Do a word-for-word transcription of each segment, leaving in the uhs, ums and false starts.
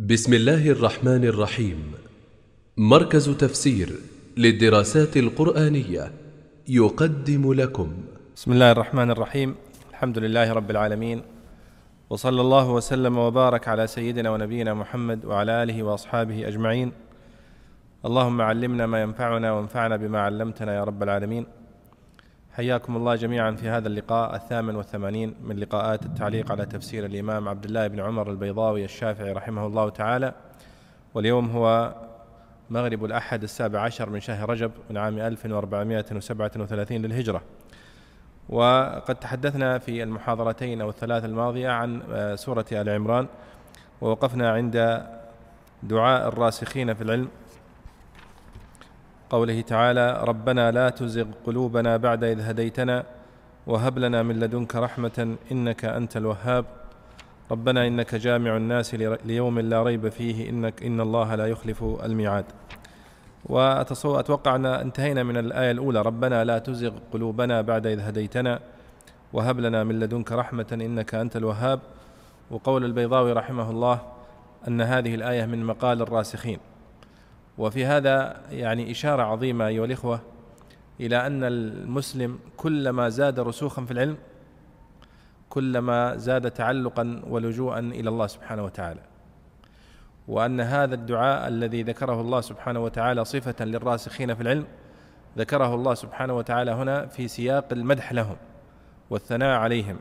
بسم الله الرحمن الرحيم. مركز تفسير للدراسات القرآنية يقدم لكم بسم الله الرحمن الرحيم. الحمد لله رب العالمين، وصلى الله وسلم وبارك على سيدنا ونبينا محمد وعلى آله وأصحابه أجمعين. اللهم علمنا ما ينفعنا وانفعنا بما علمتنا يا رب العالمين. حياكم الله جميعا في هذا اللقاء الثامن والثمانين من لقاءات التعليق على تفسير الإمام عبد الله بن عمر البيضاوي الشافعي رحمه الله تعالى. واليوم هو مغرب الأحد السابع عشر من شهر رجب من عام ألف وأربعمائة وسبعة وثلاثين للهجرة. وقد تحدثنا في المحاضرتين أو الثلاث الماضية عن سورة آل عمران، ووقفنا عند دعاء الراسخين في العلم، قوله تعالى: ربنا لا تزغ قلوبنا بعد إذ هديتنا وهب لنا من لدنك رحمة إنك أنت الوهاب، ربنا إنك جامع الناس ليوم لا ريب فيه إنك إن الله لا يخلف الميعاد. وأتوقع أن انتهينا من الآية الأولى: ربنا لا تزغ قلوبنا بعد إذ هديتنا وهب لنا من لدنك رحمة إنك أنت الوهاب. وقول البيضاوي رحمه الله أن هذه الآية من مقال الراسخين. وفي هذا يعني إشارة عظيمة أيها الإخوة إلى أن المسلم كلما زاد رسوخا في العلم كلما زاد تعلقا ولجوءا إلى الله سبحانه وتعالى، وأن هذا الدعاء الذي ذكره الله سبحانه وتعالى صفة للراسخين في العلم ذكره الله سبحانه وتعالى هنا في سياق المدح لهم والثناء عليهم،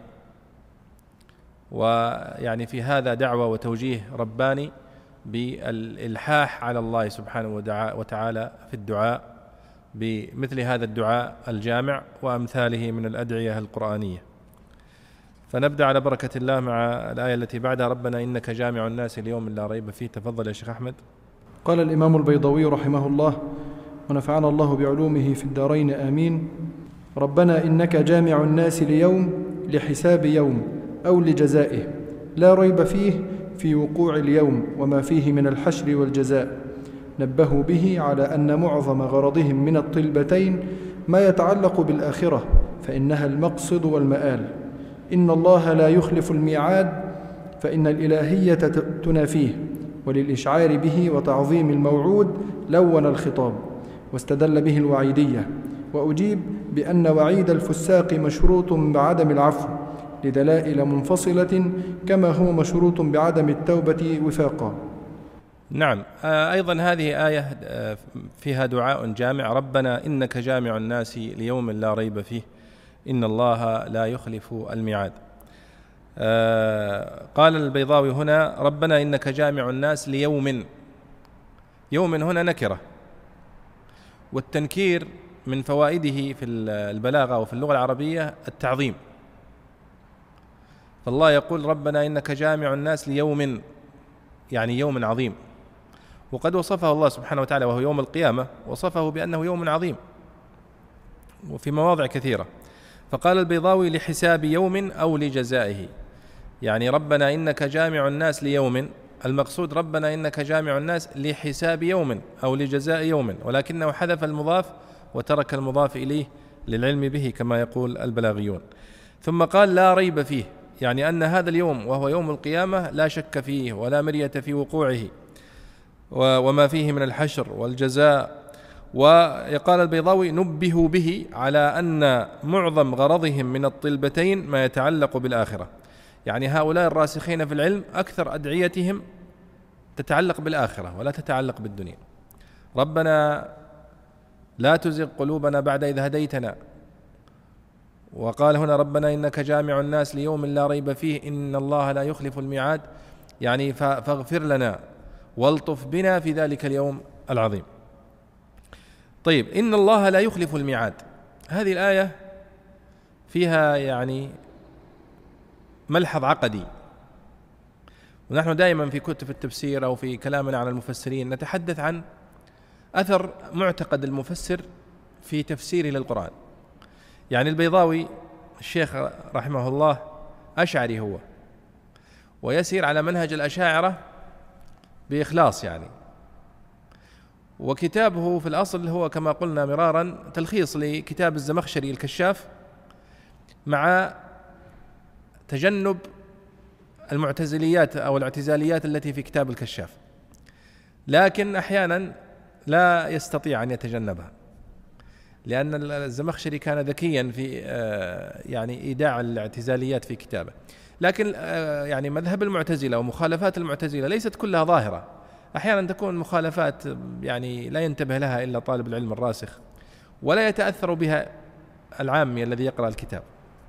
ويعني في هذا دعوة وتوجيه رباني بالإلحاح على الله سبحانه وتعالى في الدعاء بمثل هذا الدعاء الجامع وأمثاله من الأدعية القرآنية. فنبدأ على بركة الله مع الآية التي بعدها: ربنا إنك جامع الناس ليوم لا ريب فيه. تفضل يا شيخ أحمد. قال الإمام البيضاوي رحمه الله ونفعنا الله بعلومه في الدارين آمين: ربنا إنك جامع الناس ليوم لحساب يوم أو لجزائه لا ريب فيه في وقوع اليوم وما فيه من الحشر والجزاء. نبهوا به على أن معظم غرضهم من الطلبتين ما يتعلق بالآخرة، فإنها المقصد والمآل. إن الله لا يخلف الميعاد، فإن الإلهية تنافيه، وللإشعار به وتعظيم الموعود لون الخطاب واستدل به الوعيدية، وأجيب بأن وعيد الفساق مشروط بعدم العفو لدلائل منفصلة كما هو مشروط بعدم التوبة وفاقا. نعم، أيضا هذه آية فيها دعاء جامع: ربنا إنك جامع الناس ليوم لا ريب فيه إن الله لا يخلف الميعاد. قال البيضاوي هنا: ربنا إنك جامع الناس ليوم. يوم هنا نكرة، والتنكير من فوائده في البلاغة وفي اللغة العربية التعظيم. فالله يقول: ربنا إنك جامع الناس ليوم، يعني يوم عظيم. وقد وصفه الله سبحانه وتعالى وهو يوم القيامة، وصفه بأنه يوم عظيم وفي مواضع كثيرة. فقال البيضاوي: لحساب يوم أو لجزائه، يعني ربنا إنك جامع الناس ليوم، المقصود ربنا إنك جامع الناس لحساب يوم أو لجزاء يوم، ولكنه حذف المضاف وترك المضاف إليه للعلم به كما يقول البلاغيون. ثم قال: لا ريب فيه، يعني أن هذا اليوم وهو يوم القيامة لا شك فيه ولا مرية في وقوعه وما فيه من الحشر والجزاء. ويقال البيضاوي: نبهوا به على أن معظم غرضهم من الطلبتين ما يتعلق بالآخرة، يعني هؤلاء الراسخين في العلم أكثر أدعيتهم تتعلق بالآخرة ولا تتعلق بالدنيا. ربنا لا تزغ قلوبنا بعد إذ هديتنا، وقال هنا: ربنا إنك جامع الناس ليوم لا ريب فيه إن الله لا يخلف الميعاد، يعني فاغفر لنا والطف بنا في ذلك اليوم العظيم. طيب، إن الله لا يخلف الميعاد، هذه الآية فيها يعني ملحظ عقدي. ونحن دائما في كتب التفسير أو في كلامنا عن المفسرين نتحدث عن أثر معتقد المفسر في تفسيره للقرآن. يعني البيضاوي الشيخ رحمه الله أشعري هو، ويسير على منهج الأشاعرة بإخلاص يعني، وكتابه في الأصل هو كما قلنا مرارا تلخيص لكتاب الزمخشري الكشاف، مع تجنب المعتزليات أو الاعتزاليات التي في كتاب الكشاف، لكن أحيانا لا يستطيع أن يتجنبها، لأن الزمخشري كان ذكيا في يعني إيداع الاعتزاليات في كتابه. لكن يعني مذهب المعتزلة ومخالفات المعتزلة ليست كلها ظاهرة، أحيانا تكون مخالفات يعني لا ينتبه لها إلا طالب العلم الراسخ، ولا يتأثر بها العامي الذي يقرأ الكتاب،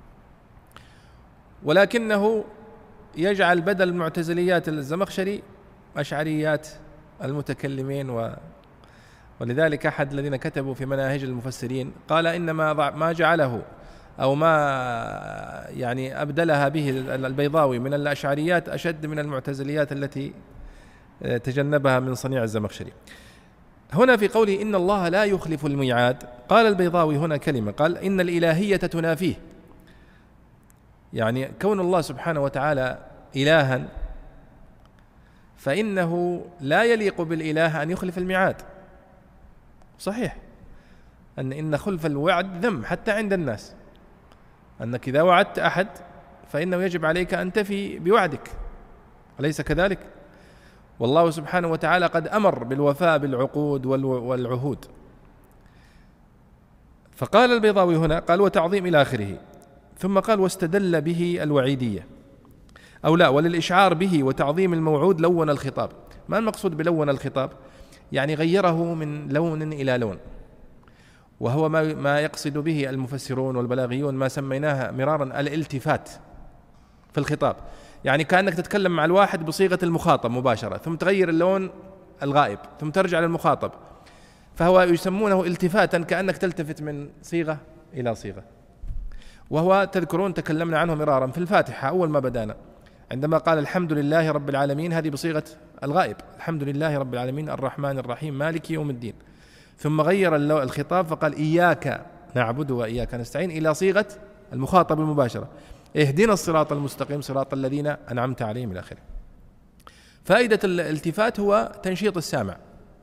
ولكنه يجعل بدل المعتزليات الزمخشري أشعريات المتكلمين. و ولذلك أحد الذين كتبوا في مناهج المفسرين قال إنما ما جعله أو ما يعني أبدلها به البيضاوي من الأشعريات أشد من المعتزليات التي تجنبها من صنيع الزمخشري. هنا في قوله إن الله لا يخلف الميعاد، قال البيضاوي هنا كلمة، قال إن الإلهية تنافيه، يعني كون الله سبحانه وتعالى إلها فإنه لا يليق بالإله أن يخلف الميعاد. صحيح أن إن خلف الوعد ذم حتى عند الناس، أنك إذا وعدت أحد فإنه يجب عليك أن تفي بوعدك، أليس كذلك؟ والله سبحانه وتعالى قد أمر بالوفاء بالعقود والعهود. فقال البيضاوي هنا قال وتعظيم إلى آخره، ثم قال واستدل به الوعيدية أو لا، وللإشعار به وتعظيم الموعود لون الخطاب. ما المقصود بلون الخطاب؟ يعني غيره من لون إلى لون، وهو ما ما يقصد به المفسرون والبلاغيون ما سميناها مرارا الالتفات في الخطاب، يعني كأنك تتكلم مع الواحد بصيغة المخاطب مباشرة ثم تغير اللون الغائب ثم ترجع للمخاطب، فهو يسمونه التفاتا، كأنك تلتفت من صيغة إلى صيغة. وهو تذكرون تكلمنا عنه مرارا في الفاتحة أول ما بدأنا عندما قال الحمد لله رب العالمين، هذه بصيغة الغائب، الحمد لله رب العالمين الرحمن الرحيم مالك يوم الدين، ثم غير الخطاب فقال إياك نعبد وإياك نستعين إلى صيغة المخاطب المباشرة، اهدنا الصراط المستقيم صراط الذين أنعمت عليهم إلى آخره. فائدة الالتفات هو تنشيط السامع،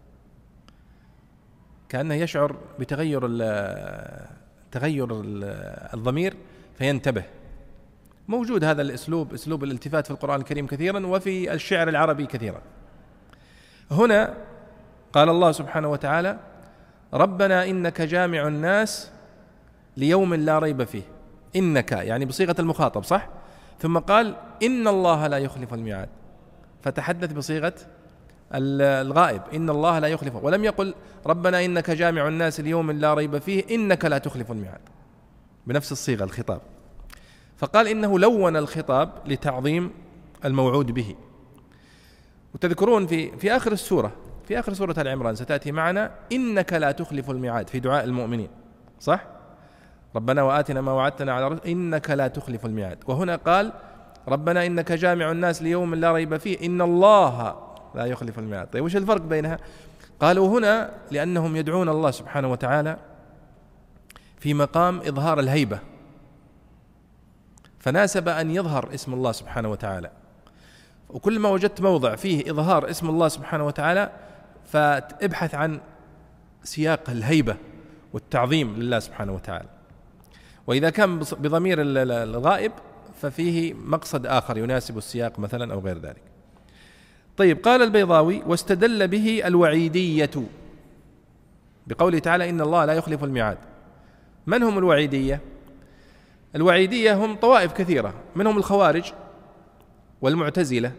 كأنه يشعر بتغير تغير الضمير فينتبه. موجود هذا الأسلوب، أسلوب الالتفات في القرآن الكريم كثيرا وفي الشعر العربي كثيرا. هنا قال الله سبحانه وتعالى ربنا إنك جامع الناس ليوم لا ريب فيه، إنك يعني بصيغة المخاطب صح، ثم قال إن الله لا يخلف الميعاد، فتحدث بصيغة الغائب إن الله لا يخلف، ولم يقل ربنا إنك جامع الناس ليوم لا ريب فيه إنك لا تخلف الميعاد بنفس الصيغة الخطاب. فقال إنه لون الخطاب لتعظيم الموعود به. وتذكرون في في آخر السورة في آخر سورة آل عمران ستأتي معنا إنك لا تخلف الميعاد في دعاء المؤمنين صح، ربنا وآتنا ما وعدتنا على رسل إنك لا تخلف الميعاد. وهنا قال ربنا إنك جامع الناس ليوم لا ريب فيه إن الله لا يخلف الميعاد. طيب وش الفرق بينها؟ قالوا هنا لأنهم يدعون الله سبحانه وتعالى في مقام إظهار الهيبة، فناسب أن يظهر اسم الله سبحانه وتعالى، وكل ما وجدت موضع فيه إظهار اسم الله سبحانه وتعالى فابحث عن سياق الهيبة والتعظيم لله سبحانه وتعالى، وإذا كان بضمير الغائب ففيه مقصد آخر يناسب السياق مثلا أو غير ذلك. طيب قال البيضاوي واستدل به الوعيدية بقوله تعالى إن الله لا يخلف الميعاد. من هم الوعيدية؟ الوعيدية هم طوائف كثيرة، منهم الخوارج والمعتزلة،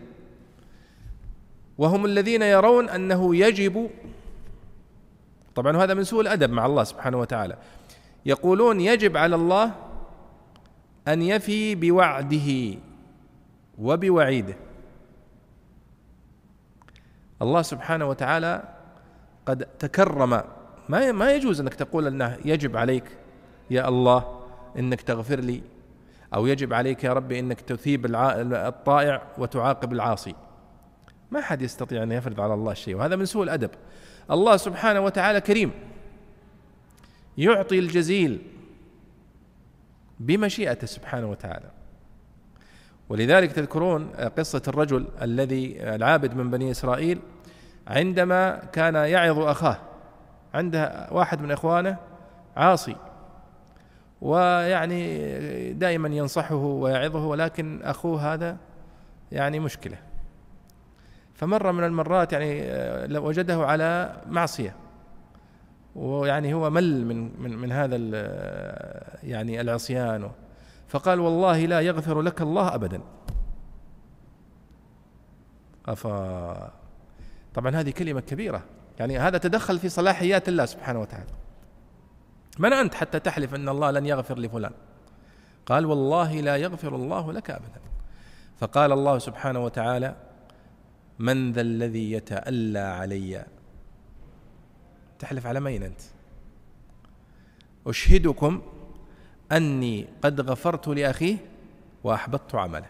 وهم الذين يرون أنه يجب، طبعا هذا من سوء الأدب مع الله سبحانه وتعالى، يقولون يجب على الله أن يفي بوعده وبوعيده. الله سبحانه وتعالى قد تكرم، ما ما يجوز أنك تقول أنه يجب عليك يا الله إنك تغفر لي، أو يجب عليك يا ربي إنك تثيب الطائع وتعاقب العاصي. ما حد يستطيع أن يفرض على الله شيء، وهذا من سوء الأدب. الله سبحانه وتعالى كريم يعطي الجزيل بمشيئته سبحانه وتعالى. ولذلك تذكرون قصة الرجل الذي العابد من بني إسرائيل عندما كان يعظ أخاه، عنده واحد من إخوانه عاصي ويعني دائما ينصحه ويعظه، ولكن أخوه هذا يعني مشكلة. فمرة من المرات يعني وجده على معصية، ويعني هو مل من من من هذا يعني العصيان، فقال والله لا يغفر لك الله أبدا. أفا طبعا هذه كلمة كبيرة، يعني هذا تدخل في صلاحيات الله سبحانه وتعالى. من أنت حتى تحلف أن الله لن يغفر لفلان؟ قال والله لا يغفر الله لك أبدا. فقال الله سبحانه وتعالى من ذا الذي يتألى علي؟ تحلف على مين أنت؟ أشهدكم أني قد غفرت لأخيه وأحبطت عمله.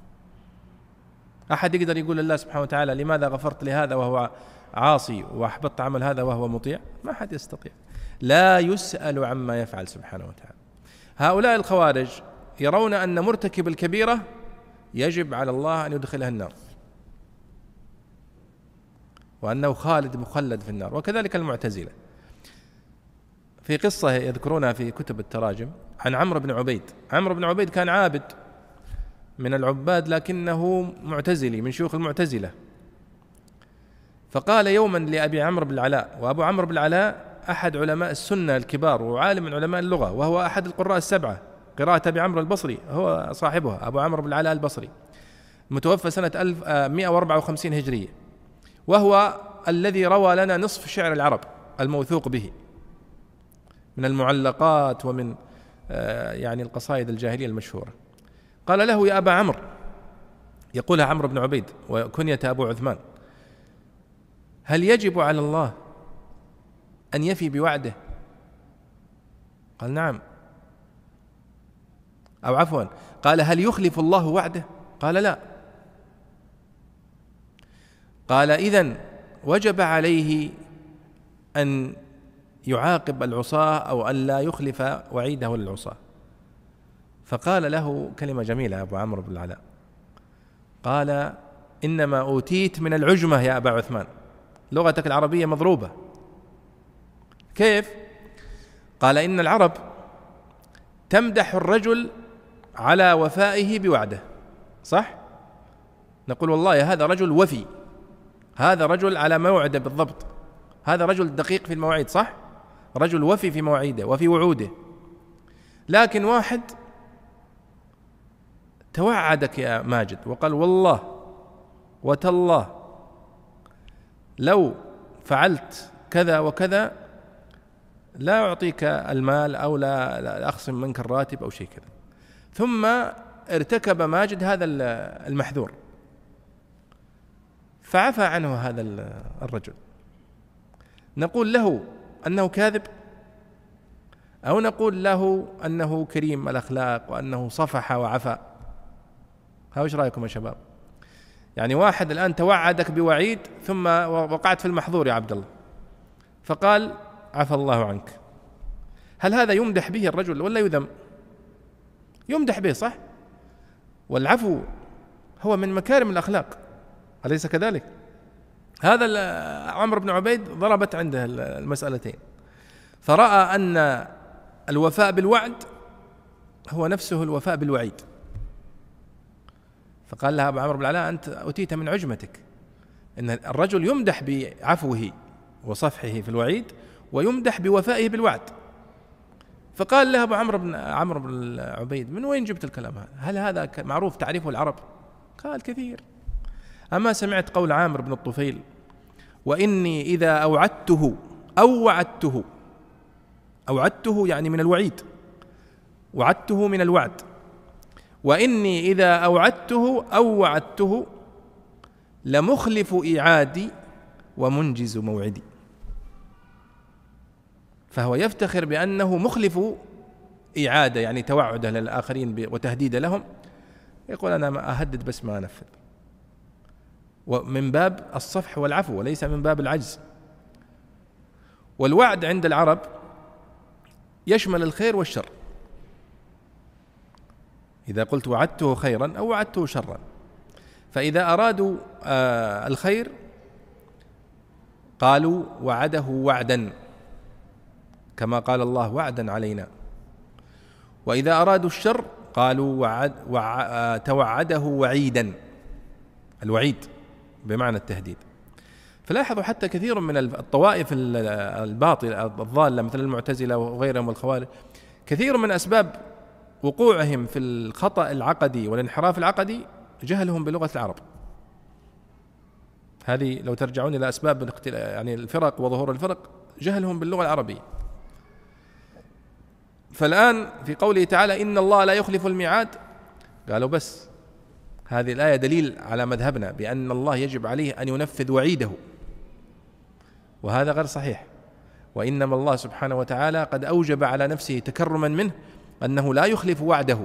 أحد يقدر يقول لله سبحانه وتعالى لماذا غفرت لهذا وهو عاصي وأحبطت عمل هذا وهو مطيع؟ ما حد يستطيع. لا يسأل عما يفعل سبحانه وتعالى. هؤلاء الخوارج يرون أن مرتكب الكبيرة يجب على الله أن يدخلها النار، وأنه خالد مخلد في النار. وكذلك المعتزلة. في قصة يذكرونها في كتب التراجم عن عمرو بن عبيد. عمرو بن عبيد كان عابد من العباد لكنه معتزلي من شيوخ المعتزلة. فقال يوما لأبي عمرو بن العلاء، وأبو عمرو بن العلاء أحد علماء السنة الكبار وعالم من علماء اللغة، وهو أحد القراء السبعة، قراءة أبي عمرو البصري هو صاحبها، أبو عمرو بن العلاء البصري، متوفى سنة ألف ومئة وأربعة وخمسين هجرية، وهو الذي روى لنا نصف شعر العرب الموثوق به من المعلقات ومن يعني القصائد الجاهلية المشهورة. قال له يا أبا عمرو، يقولها عمرو بن عبيد وكنية أبو عثمان، هل يجب على الله أن يفي بوعده؟ قال نعم، أو عفوا قال هل يخلف الله وعده؟ قال لا. قال إذن وجب عليه أن يعاقب العصاة أو أن لا يخلف وعيده للعصاة. فقال له كلمة جميلة أبو عمرو بن العلاء، قال إنما أوتيت من العجمة يا أبا عثمان، لغتك العربية مضروبة. كيف؟ قال إن العرب تمدح الرجل على وفائه بوعده، صح؟ نقول والله هذا رجل وفي، هذا رجل على موعده بالضبط، هذا رجل دقيق في المواعيد، صح؟ رجل وفي في مواعيده وفي وعوده. لكن واحد توعدك يا ماجد وقال والله وتالله لو فعلت كذا وكذا لا أعطيك المال أو لا, لا أخصم منك الراتب أو شيء كذا، ثم ارتكب ماجد هذا المحذور فعفى عنه هذا الرجل، نقول له أنه كاذب أو نقول له أنه كريم الأخلاق وأنه صفح وعفى؟ ها وش رأيكم يا شباب؟ يعني واحد الآن توعدك بوعيد ثم وقعت في المحظور يا عبد الله، فقال عفى الله عنك، هل هذا يمدح به الرجل ولا يذم؟ يمدح به، صح؟ والعفو هو من مكارم الأخلاق، أليس كذلك؟ هذا عمرو بن عبيد ضربت عنده المسألتين، فرأى أن الوفاء بالوعد هو نفسه الوفاء بالوعيد، فقال لها أبو عمرو بن العلاء أنت أتيت من عجمتك، إن الرجل يمدح بعفوه وصفحه في الوعيد ويمدح بوفائه بالوعد. فقال له أبو عمرو بن عمرو بن عبيد من وين جبت الكلام هذا؟ هل هذا معروف تعريفه العرب؟ قال كثير. أما سمعت قول عامر بن الطفيل وإني إذا أوعدته أو وعدته، أوعدته يعني من الوعيد، وعدته من الوعد، وإني إذا أوعدته أو وعدته لمخلف إيعادي ومنجز موعدي. فهو يفتخر بأنه مخلف إيعاده، يعني توعده للآخرين وتهديد لهم، يقول أنا ما أهدد بس ما أنفذ، ومن باب الصفح والعفو وليس من باب العجز. والوعد عند العرب يشمل الخير والشر، إذا قلت وعدته خيرا أو وعدته شرا، فإذا أرادوا آه الخير قالوا وعده وعدا كما قال الله وعدا علينا، وإذا أرادوا الشر قالوا وعد وع... توعده وعيدا الوعيد بمعنى التهديد. فلاحظوا حتى كثير من الطوائف الباطلة الضالة مثل المعتزلة وغيرهم والخوارج، كثير من أسباب وقوعهم في الخطأ العقدي والانحراف العقدي جهلهم بلغة العرب. هذه لو ترجعون إلى أسباب يعني الفرق وظهور الفرق، جهلهم باللغة العربية. فالآن في قوله تعالى إن الله لا يخلف الميعاد، قالوا بس هذه الآية دليل على مذهبنا بأن الله يجب عليه أن ينفذ وعيده، وهذا غير صحيح. وإنما الله سبحانه وتعالى قد أوجب على نفسه تكرما منه أنه لا يخلف وعده،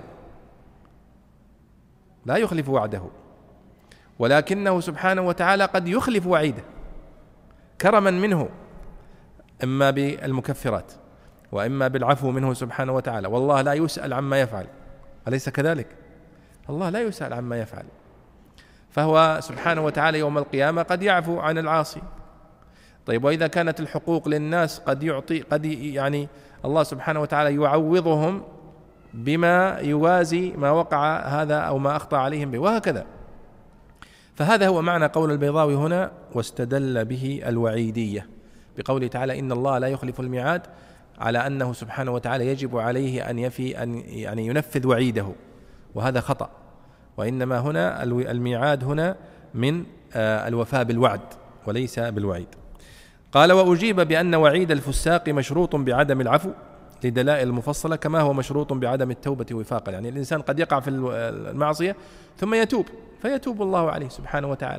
لا يخلف وعده، ولكنه سبحانه وتعالى قد يخلف وعيده كرما منه، إما بالمكفرات وإما بالعفو منه سبحانه وتعالى. والله لا يسأل عما يفعل، أليس كذلك؟ الله لا يسأل عما يفعل، فهو سبحانه وتعالى يوم القيامة قد يعفو عن العاصي. طيب، وإذا كانت الحقوق للناس قد يعطي قد يعني الله سبحانه وتعالى يعوضهم بما يوازي ما وقع هذا أو ما أخطأ عليهم به، وهكذا. فهذا هو معنى قول البيضاوي هنا واستدل به الوعيدية بقوله تعالى إن الله لا يخلف الميعاد، على أنه سبحانه وتعالى يجب عليه أن يفي أن يعني ينفذ وعيده، وهذا خطأ. وإنما هنا الميعاد هنا من الوفاء بالوعد وليس بالوعيد. قال وأجيب بأن وعيد الفساق مشروط بعدم العفو لدلائل مفصلة، كما هو مشروط بعدم التوبة وفاقا. يعني الإنسان قد يقع في المعصية ثم يتوب فيتوب الله عليه سبحانه وتعالى.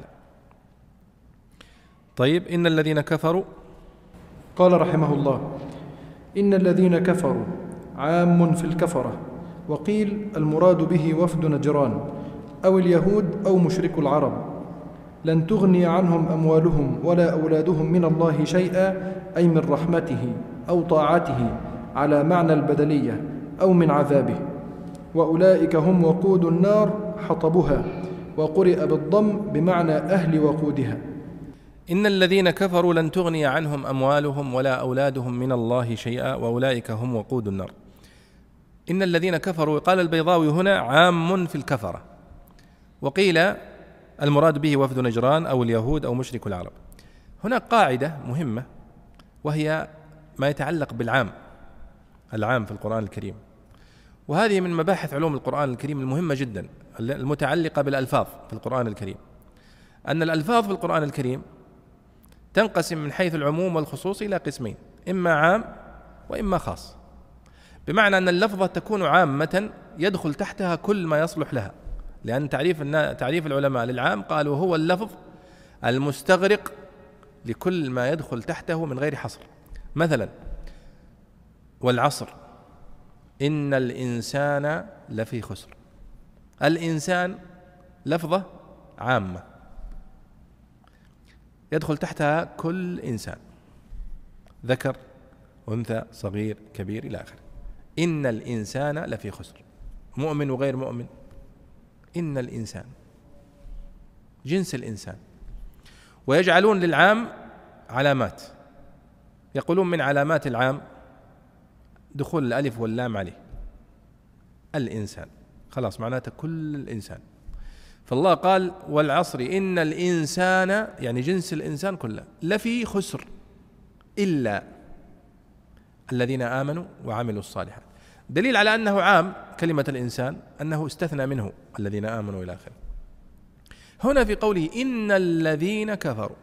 طيب، إن الذين كفروا، قال رحمه الله إن الذين كفروا عام في الكفرة، وقيل المراد به وفد نجران أو اليهود أو مشرك العرب، لن تغني عنهم أموالهم ولا أولادهم من الله شيئا، أي من رحمته أو طاعته على معنى البدلية أو من عذابه، وأولئك هم وقود النار حطبها، وقرئ بالضم بمعنى أهل وقودها. إن الذين كفروا لن تغني عنهم أموالهم ولا أولادهم من الله شيئا، وأولئك هم وقود النار. إن الذين كفروا، قال البيضاوي هنا عام في الكفرة، وقيل المراد به وفد نجران أو اليهود أو مشرك العرب. هنا قاعدة مهمة، وهي ما يتعلق بالعام، العام في القرآن الكريم، وهذه من مباحث علوم القرآن الكريم المهمة جدا المتعلقة بالألفاظ في القرآن الكريم. أن الألفاظ في القرآن الكريم تنقسم من حيث العموم والخصوص إلى قسمين، إما عام وإما خاص، بمعنى أن اللفظة تكون عامة يدخل تحتها كل ما يصلح لها، لأن تعريف تعريف العلماء للعام قالوا هو اللفظ المستغرق لكل ما يدخل تحته من غير حصر. مثلا والعصر إن الإنسان لفي خسر، الإنسان لفظة عامة يدخل تحتها كل إنسان، ذكر أنثى صغير كبير إلى آخره. إن الإنسان لفي خسر، مؤمن وغير مؤمن، إن الإنسان جنس الإنسان. ويجعلون للعام علامات، يقولون من علامات العام دخول الألف واللام عليه، الإنسان خلاص معناته كل الإنسان. فالله قال والعصر إن الإنسان يعني جنس الإنسان كله لفي خسر إلا الذين آمنوا وعملوا الصالحات. دليل على أنه عام كلمة الإنسان أنه استثنى منه الذين آمنوا إلى آخره. هنا في قوله إن الذين كفروا،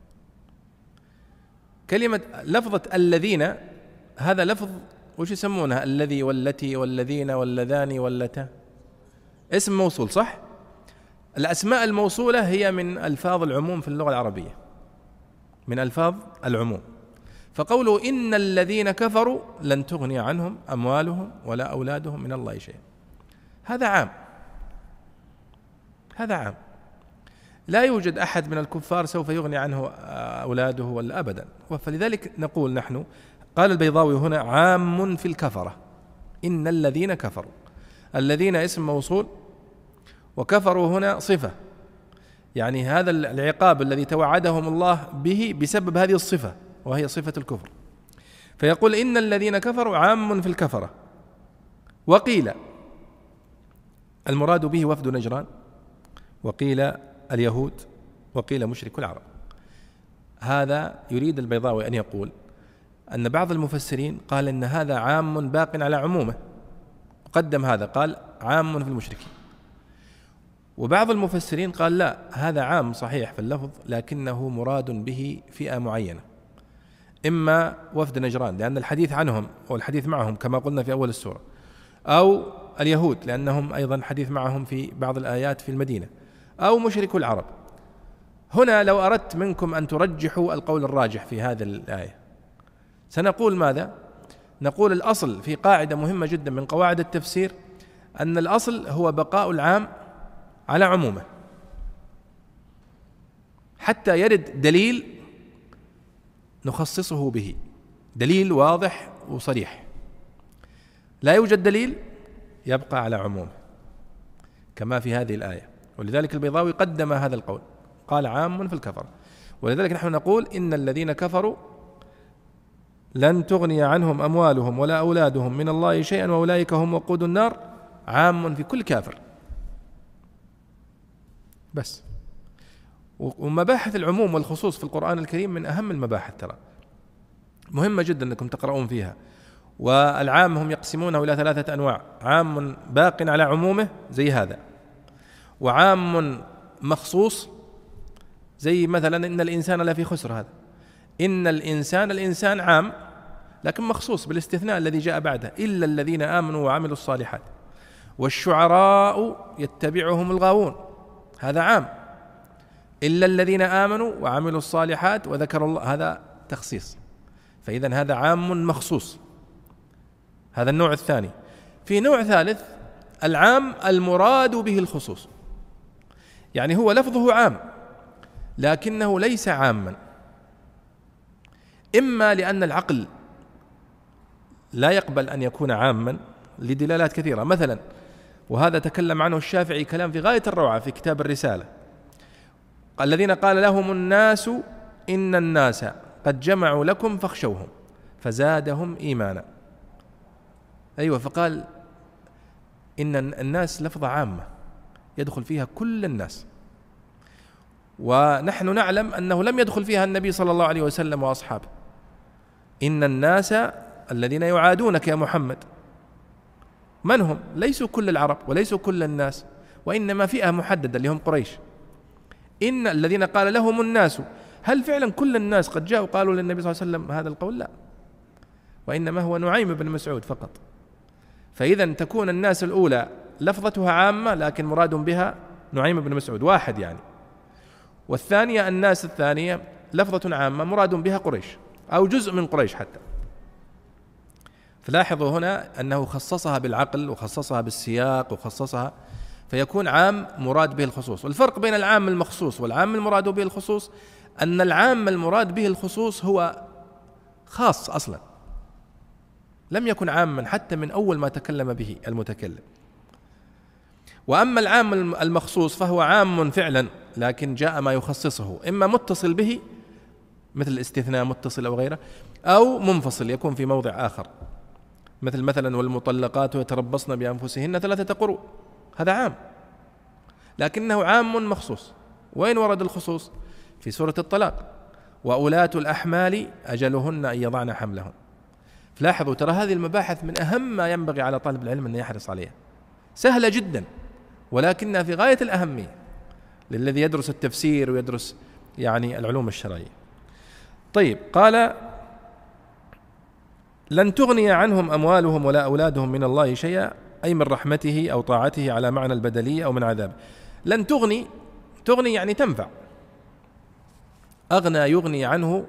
كلمة لفظة الذين هذا لفظ وش يسمونها؟ الذي والتي والذين واللذان واللتا، اسم موصول صح؟ الأسماء الموصولة هي من ألفاظ العموم في اللغة العربية، من ألفاظ العموم. فقوله إن الذين كفروا لن تغني عنهم أموالهم ولا أولادهم من الله شيئا، هذا عام، هذا عام، لا يوجد أحد من الكفار سوف يغني عنه أولاده ولا أبدا. فلذلك نقول نحن، قال البيضاوي هنا عام في الكفرة، إن الذين كفروا، الذين اسم موصول وكفروا هنا صفة، يعني هذا العقاب الذي توعدهم الله به بسبب هذه الصفة وهي صفة الكفر. فيقول إن الذين كفروا عام في الكفرة، وقيل المراد به وفد نجران، وقيل اليهود وقيل مشرك العرب. هذا يريد البيضاوي أن يقول أن بعض المفسرين قال إن هذا عام باق على عمومه، قدم هذا قال عام في المشركين، وبعض المفسرين قال لا، هذا عام صحيح في اللفظ لكنه مراد به فئة معينة، إما وفد نجران لأن الحديث عنهم والحديث معهم كما قلنا في أول السورة، أو اليهود لأنهم أيضا حديث معهم في بعض الآيات في المدينة، أو مشرك العرب. هنا لو أردت منكم أن ترجحوا القول الراجح في هذه الآية سنقول ماذا؟ نقول الأصل في قاعدة مهمة جدا من قواعد التفسير أن الأصل هو بقاء العام على عمومه حتى يرد دليل نخصصه به، دليل واضح وصريح. لا يوجد دليل يبقى على عمومه كما في هذه الآية، ولذلك البيضاوي قدم هذا القول قال عام في الكفر. ولذلك نحن نقول إن الذين كفروا لن تغني عنهم أموالهم ولا أولادهم من الله شيئا وأولئك هم وقود النار، عام في كل كافر. بس. ومباحث العموم والخصوص في القرآن الكريم من أهم المباحث، ترى مهمة جدا أنكم تقرؤون فيها. والعام هم يقسمونه إلى ثلاثة أنواع: عام باق على عمومه زي هذا، وعام مخصوص زي مثلا إن الإنسان لفي خسر، هذا إن الإنسان الإنسان عام لكن مخصوص بالاستثناء الذي جاء بعده إلا الذين آمنوا وعملوا الصالحات والشعراء يتبعهم الغاوون، هذا عام. إلا الذين آمنوا وعملوا الصالحات وذكروا الله، هذا تخصيص. فإذا هذا عام مخصوص، هذا النوع الثاني. في نوع ثالث العام المراد به الخصوص، يعني هو لفظه عام لكنه ليس عاما، إما لأن العقل لا يقبل أن يكون عاما لدلالات كثيرة، مثلا وهذا تكلم عنه الشافعي كلام في غاية الروعة في كتاب الرسالة: الذين قال لهم الناس إن الناس قد جمعوا لكم فاخشوهم فزادهم إيمانا. أيوة، فقال إن الناس لفظة عامة يدخل فيها كل الناس، ونحن نعلم أنه لم يدخل فيها النبي صلى الله عليه وسلم وأصحابه. إن الناس الذين يعادونك يا محمد من هم؟ ليسوا كل العرب وليسوا كل الناس، وإنما فئة محددة اللي هم قريش. إن الذين قال لهم الناس، هل فعلا كل الناس قد جاءوا قالوا للنبي صلى الله عليه وسلم هذا القول؟ لا، وإنما هو نعيم بن مسعود فقط. فإذا تكون الناس الأولى لفظتها عامة لكن مراد بها نعيم بن مسعود واحد يعني، والثانية الناس الثانية لفظة عامة مراد بها قريش أو جزء من قريش حتى. فلاحظوا هنا أنه خصصها بالعقل وخصصها بالسياق وخصصها، فيكون عام مراد به الخصوص. والفرق بين العام المخصوص والعام المراد به الخصوص أن العام المراد به الخصوص هو خاص أصلا، لم يكن عاما حتى من أول ما تكلم به المتكلم. وأما العام المخصوص فهو عام فعلا لكن جاء ما يخصصه، إما متصل به مثل الاستثناء متصل أو غيره، أو منفصل يكون في موضع آخر، مثل مثلا والمطلقات يتربصن بأنفسهن ثلاثة قروء، هذا عام لكنه عام مخصوص. وين ورد الخصوص؟ في سورة الطلاق: وأولاة الأحمال أجلهن أن يضعن حملهن. فلاحظوا ترى هذه المباحث من أهم ما ينبغي على طالب العلم أن يحرص عليها، سهلة جدا ولكنها في غاية الأهمية للذي يدرس التفسير ويدرس يعني العلوم الشرعية. طيب، قال لن تغني عنهم أموالهم ولا أولادهم من الله شيئا، أي من رحمته أو طاعته على معنى البدلية أو من عذابه. لن تغني، تغني يعني تنفع، أغنى يغني عنه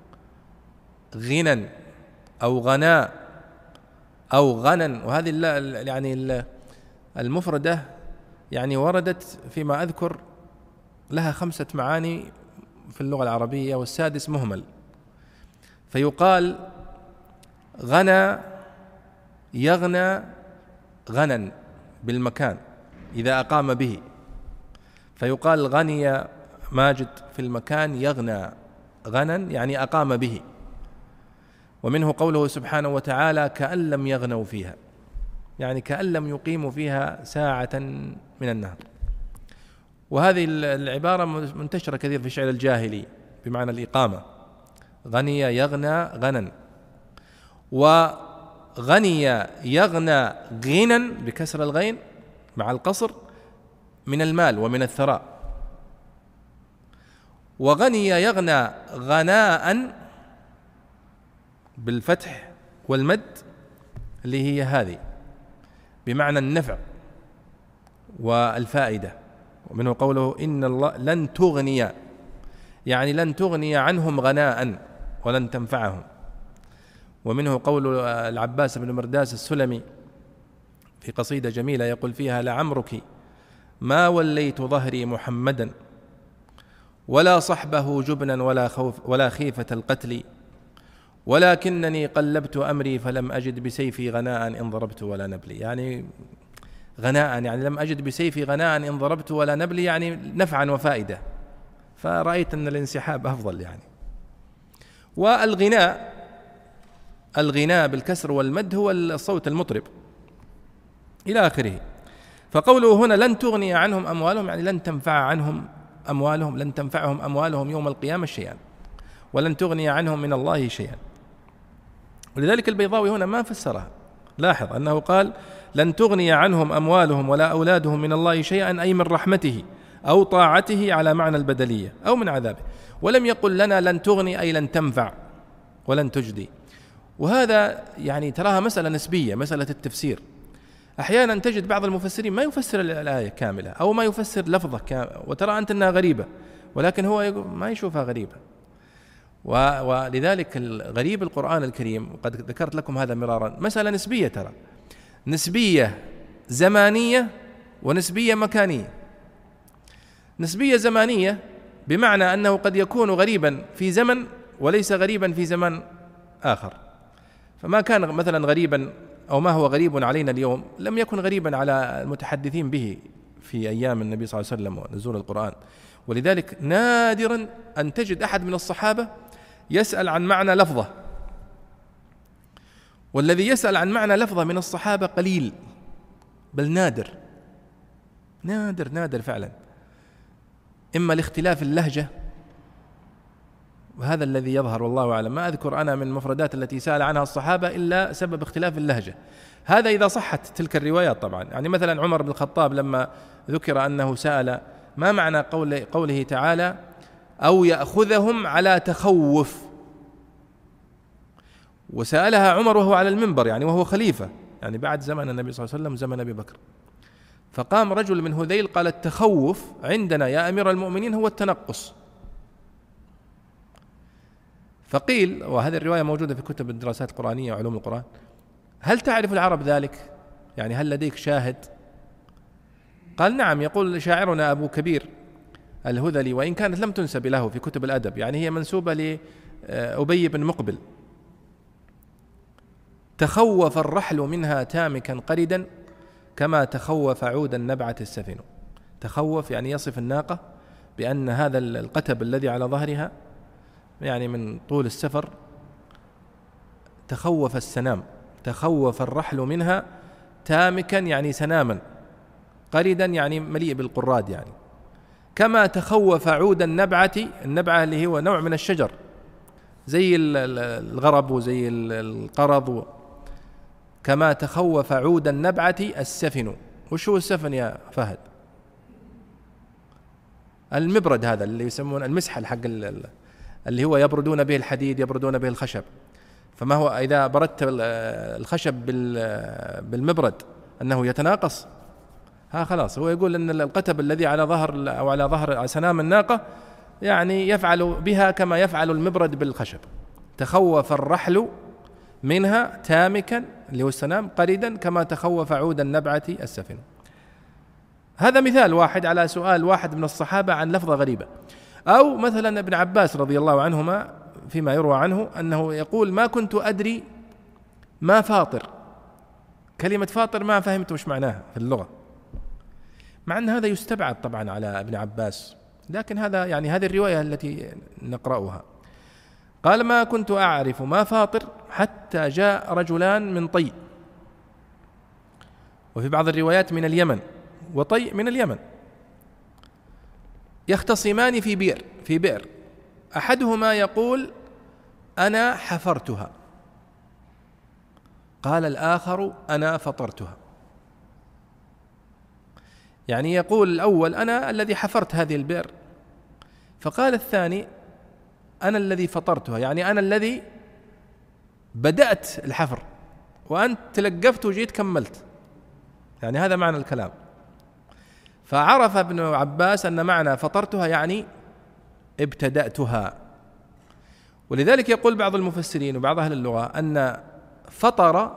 غنى أو غناء أو غنى، وهذه يعني المفردة يعني وردت فيما أذكر لها خمسة معاني في اللغة العربية والسادس مهمل. فيقال غنى يغنى غنى بالمكان إذا أقام به، فيقال غني ماجد في المكان يغنى غنى يعني أقام به. ومنه قوله سبحانه وتعالى كأن لم يغنوا فيها، يعني كأن لم يقيموا فيها ساعة من النهار. وهذه العبارة منتشرة كثير في الشعر الجاهلي بمعنى الإقامة، غني يغنى غنا، وغني يغنى غنا بكسر الغين مع القصر من المال ومن الثراء، وغني يغنى غناء بالفتح والمد اللي هي هذه بمعنى النفع والفائدة. ومنه قوله إن الله لن تغني، يعني لن تغني عنهم غناء ولن تنفعهم. ومنه قول العباس بن مرداس السلمي في قصيدة جميلة يقول فيها: لعمرك ما وليت ظهري محمدا ولا صحبه جبنا ولا خوف ولا خيفة القتل، ولكنني قلبت أمري فلم أجد بسيفي غناء إن ضربت ولا نبلي. يعني غناء يعني لم أجد بسيفي غناء إن ضربت ولا نبلي، يعني نفعا وفائدة، فرأيت أن الانسحاب أفضل يعني. والغناء الغناء بالكسر والمد هو الصوت المطرب إلى آخره. فقوله هنا لن تغني عنهم أموالهم، يعني لن تنفع عنهم أموالهم، لن تنفعهم أموالهم يوم القيامة شيئا، ولن تغني عنهم من الله شيئا. ولذلك البيضاوي هنا ما فسرها، لاحظ أنه قال لن تغني عنهم أموالهم ولا أولادهم من الله شيئا، أي من رحمته أو طاعته على معنى البدلية أو من عذابه، ولم يقل لنا لن تغني أي لن تنفع ولن تجدي. وهذا يعني تراها مسألة نسبية، مسألة التفسير. أحيانا تجد بعض المفسرين ما يفسر الآية كاملة أو ما يفسر لفظة كاملة، وترى أنت أنها غريبة، ولكن هو ما يشوفها غريبة. ولذلك غريب القرآن الكريم، وقد ذكرت لكم هذا مرارا، مسألة نسبية، ترى نسبية زمانية ونسبية مكانية. نسبية زمانية بمعنى أنه قد يكون غريبا في زمن وليس غريبا في زمن آخر. فما كان مثلا غريبا أو ما هو غريب علينا اليوم لم يكن غريبا على المتحدثين به في أيام النبي صلى الله عليه وسلم ونزول القرآن. ولذلك نادرا أن تجد أحد من الصحابة يسأل عن معنى لفظة، والذي يسأل عن معنى لفظة من الصحابة قليل، بل نادر نادر نادر فعلا، إما لاختلاف اللهجة، وهذا الذي يظهر والله أعلم. ما أذكر أنا من المفردات التي سأل عنها الصحابة إلا سبب اختلاف اللهجة، هذا إذا صحت تلك الروايات طبعا. يعني مثلا عمر بن الخطاب لما ذكر أنه سأل ما معنى قول قوله تعالى أو يأخذهم على تخوف، وسألها عمر وهو على المنبر، يعني وهو خليفة، يعني بعد زمن النبي صلى الله عليه وسلم زمن أبي بكر. فقام رجل من هذيل قال التخوف عندنا يا أمير المؤمنين هو التنقص. فقيل، وهذه الرواية موجودة في كتب الدراسات القرآنية وعلوم القرآن، هل تعرف العرب ذلك؟ يعني هل لديك شاهد؟ قال نعم، يقول شاعرنا أبو كبير الهذلي، وإن كانت لم تنسب له في كتب الأدب، يعني هي منسوبة لأبي بن مقبل: تخوف الرحل منها تامكا قردا كما تخوف عود النبعة السفن. تخوف يعني يصف الناقة بأن هذا القتب الذي على ظهرها يعني من طول السفر، تخوف السنام، تخوف الرحل منها تامكا يعني سناما، قردا يعني مليء بالقراد، يعني كما تخوف عود النبعة، النبعة اللي هو نوع من الشجر زي الغرب وزي القرض، كما تخوف عود النبعة السفن. وش هو السفن يا فهد؟ المبرد هذا اللي يسمون المسحل حق اللي هو يبردون به الحديد، يبردون به الخشب. فما هو إذا بردت الخشب بالمبرد أنه يتناقص؟ ها خلاص، هو يقول أن القتب الذي على ظهر أو على ظهر سنام الناقة يعني يفعل بها كما يفعل المبرد بالخشب. تخوف الرحل منها تامكا اللي هو السنام قريدا كما تخوف عود النبعة السفن. هذا مثال واحد على سؤال واحد من الصحابة عن لفظة غريبة. أو مثلا ابن عباس رضي الله عنهما فيما يروى عنه أنه يقول ما كنت أدري ما فاطر. كلمة فاطر ما فهمت وش معناها في اللغة، مع أن هذا يستبعد طبعا على ابن عباس، لكن هذا يعني هذه الرواية التي نقرأها. قال ما كنت أعرف ما فاطر حتى جاء رجلان من طي، وفي بعض الروايات من اليمن، وطي من اليمن، يختصمان في بئر في بئر أحدهما يقول أنا حفرتها، قال الآخر أنا فطرتها. يعني يقول الأول أنا الذي حفرت هذه البئر، فقال الثاني أنا الذي فطرتها، يعني أنا الذي بدأت الحفر وأنت تلقفت وجيت كملت، يعني هذا معنى الكلام. فعرف ابن عباس أن معنى فطرتها يعني ابتدأتها. ولذلك يقول بعض المفسرين وبعض أهل اللغة أن فطر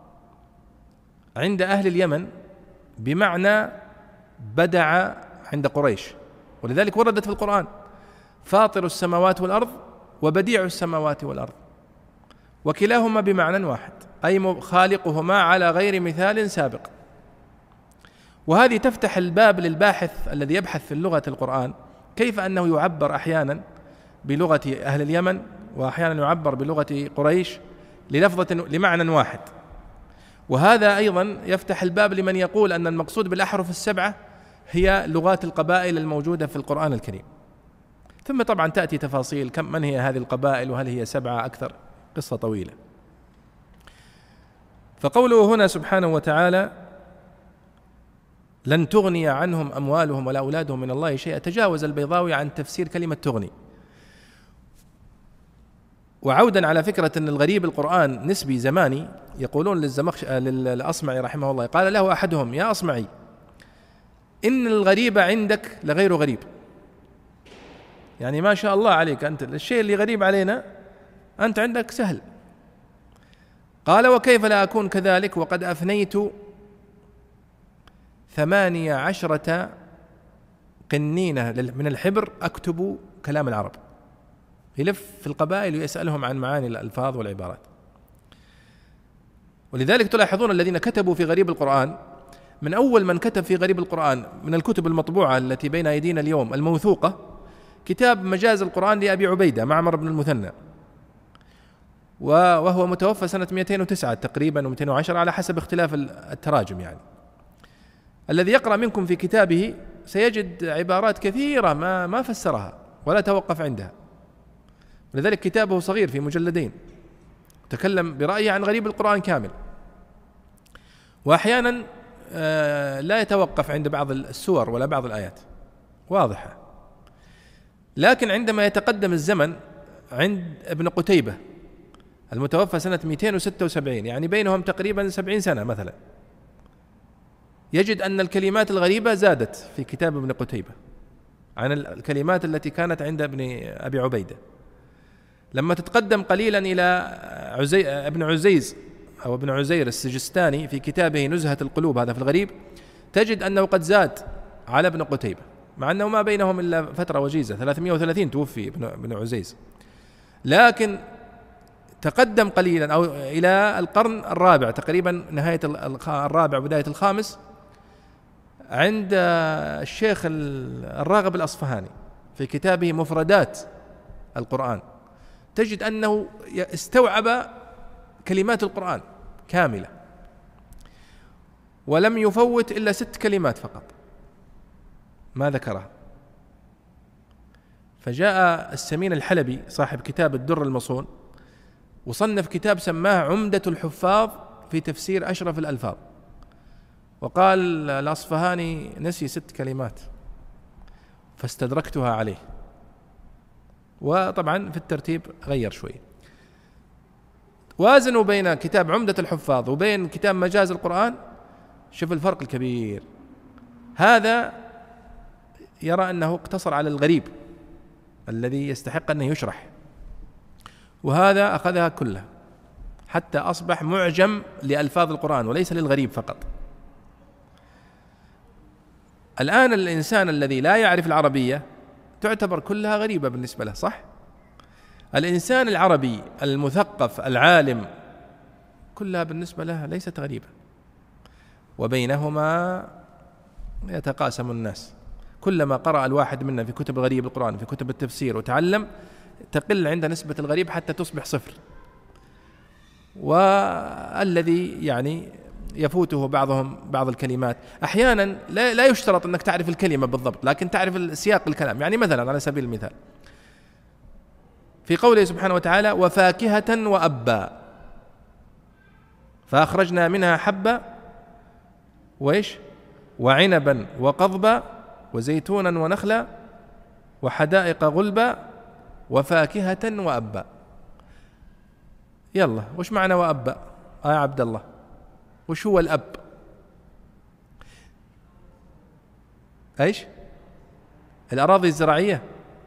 عند أهل اليمن بمعنى بدع عند قريش، ولذلك وردت في القرآن فاطر السماوات والأرض وبديع السماوات والأرض، وكلاهما بمعنى واحد، أي خالقهما على غير مثال سابق. وهذه تفتح الباب للباحث الذي يبحث في لغة القرآن كيف أنه يعبر أحيانا بلغة أهل اليمن وأحيانا يعبر بلغة قريش للفظة لمعنى واحد. وهذا أيضا يفتح الباب لمن يقول أن المقصود بالأحرف السبعة هي لغات القبائل الموجودة في القرآن الكريم. ثم طبعا تأتي تفاصيل كم من هي هذه القبائل وهل هي سبعة أكثر، قصة طويلة. فقوله هنا سبحانه وتعالى لن تغني عنهم أموالهم ولا أولادهم من الله شيئا، تجاوز البيضاوي عن تفسير كلمة تغني. وعودا على فكرة أن الغريب القرآن نسبي زماني، يقولون للزمخش للأصمعي رحمه الله، قال له أحدهم يا أصمعي إن الغريب عندك لغير غريب، يعني ما شاء الله عليك أنت الشيء اللي غريب علينا أنت عندك سهل. قال وكيف لا أكون كذلك وقد أفنيت ثمانية عشرة قنينة من الحبر أكتب كلام العرب، يلف في القبائل ويسألهم عن معاني الألفاظ والعبارات. ولذلك تلاحظون الذين كتبوا في غريب القرآن، من أول من كتب في غريب القرآن من الكتب المطبوعة التي بين أيدينا اليوم الموثوقة كتاب مجاز القرآن لأبي عبيدة معمر بن المثنى، وهو متوفى سنة مئتين وتسعة تقريبا ومئتين وعشرة على حسب اختلاف التراجم. يعني الذي يقرأ منكم في كتابه سيجد عبارات كثيرة ما ما فسرها ولا توقف عندها، ولذلك كتابه صغير في مجلدين، تكلم برأيه عن غريب القرآن كامل. وأحيانا لا يتوقف عند بعض السور ولا بعض الآيات واضحة، لكن عندما يتقدم الزمن عند ابن قتيبة المتوفى سنة مئتين وستة وسبعين، يعني بينهم تقريبا سبعين سنة مثلا، يجد أن الكلمات الغريبة زادت في كتاب ابن قتيبة عن الكلمات التي كانت عند ابن أبي عبيدة. لما تتقدم قليلا إلى عزي ابن عزيز أو ابن عزير السجستاني في كتابه نزهة القلوب هذا في الغريب، تجد أنه قد زاد على ابن قتيبة، مع أنه ما بينهم إلا فترة وجيزة، ثلاثمائة وثلاثين توفي ابن عزيز، لكن تقدم قليلا أو إلى القرن الرابع تقريبا، نهاية الرابع وبداية الخامس، عند الشيخ الراغب الأصفهاني في كتابه مفردات القرآن، تجد أنه استوعب كلمات القرآن كاملة ولم يفوت إلا ست كلمات فقط ما ذكرها. فجاء السمين الحلبي صاحب كتاب الدر المصون وصنف كتاب سماه عمدة الحفاظ في تفسير أشرف الألفاظ، وقال الأصفهاني نسي ست كلمات فاستدركتها عليه، وطبعا في الترتيب غير شوي. وازنوا بين كتاب عمدة الحفاظ وبين كتاب مجاز القرآن، شوف الفرق الكبير. هذا يرى أنه اقتصر على الغريب الذي يستحق أنه يشرح، وهذا أخذها كلها حتى أصبح معجم لألفاظ القرآن وليس للغريب فقط. الآن الإنسان الذي لا يعرف العربية تعتبر كلها غريبة بالنسبة له، صح؟ الإنسان العربي المثقف العالم كلها بالنسبة له ليست غريبة، وبينهما يتقاسم الناس. كلما قرأ الواحد منا في كتب غريب القرآن في كتب التفسير وتعلم، تقل عند نسبة الغريب حتى تصبح صفر. والذي يعني يفوته بعضهم بعض الكلمات. أحيانا لا, لا يشترط أنك تعرف الكلمة بالضبط، لكن تعرف سياق الكلام. يعني مثلا على سبيل المثال في قوله سبحانه وتعالى وفاكهة وأبا، فأخرجنا منها حبا وإيش وعنبا وقضبا وزيتونا ونخلا وحدائق غلبا وفاكهة وأبا. يلا وش معنى وأبا؟ آه يا عبد الله، وش هو الأب؟ ايش؟ الأراضي الزراعية.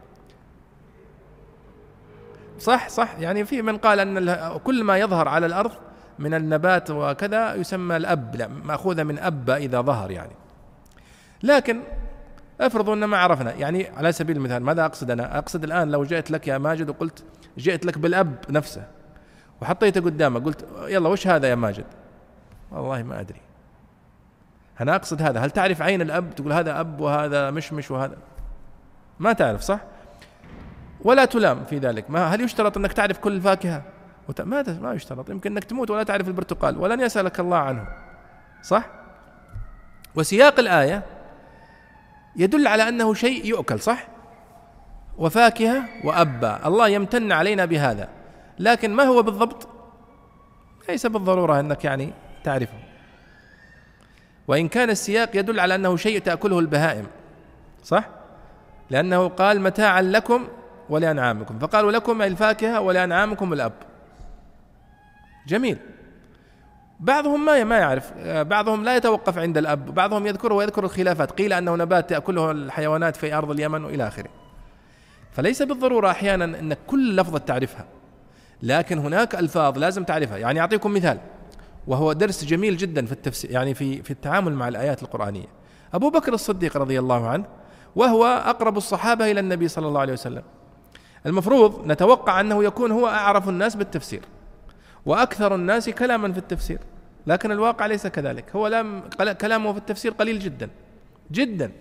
صح صح، يعني في من قال أن كل ما يظهر على الأرض من النبات وكذا يسمى الأب، لا مأخوذة من أب إذا ظهر يعني. لكن افرضوا أن ما عرفنا، يعني على سبيل المثال ماذا أقصد أنا؟ أقصد الآن لو جئت لك يا ماجد وقلت جئت لك بالأب نفسه وحطيته قدامك قلت يلا وش هذا يا ماجد؟ والله ما أدري. أنا أقصد هذا، هل تعرف عين الأب؟ تقول هذا أب وهذا مشمش وهذا ما تعرف، صح؟ ولا تلام في ذلك. ما هل يشترط أنك تعرف كل الفاكهة؟ ما ما يشترط، يمكن أنك تموت ولا تعرف البرتقال ولن يسألك الله عنه، صح؟ وسياق الآية يدل على أنه شيء يؤكل، صح؟ وفاكهة وأبا، الله يمتن علينا بهذا، لكن ما هو بالضبط ليس بالضرورة أنك يعني تعرفه، وإن كان السياق يدل على أنه شيء تأكله البهائم، صح؟ لأنه قال متاعا لكم ولأنعامكم، فقالوا لكم الفاكهة ولأنعامكم الأب. جميل. بعضهم ما ما يعرف، بعضهم لا يتوقف عند الأب، بعضهم يذكره ويذكر الخلافات، قيل أنه نبات تأكله الحيوانات في أرض اليمن وإلى آخره. فليس بالضرورة أحيانا أنك كل لفظة تعرفها، لكن هناك ألفاظ لازم تعرفها. يعني أعطيكم مثال وهو درس جميل جدا في التفسير، يعني في في التعامل مع الآيات القرآنية. أبو بكر الصديق رضي الله عنه وهو أقرب الصحابة إلى النبي صلى الله عليه وسلم، المفروض نتوقع أنه يكون هو أعرف الناس بالتفسير وأكثر الناس كلاما في التفسير، لكن الواقع ليس كذلك. هو لم كلامه في التفسير قليل جدا جدا.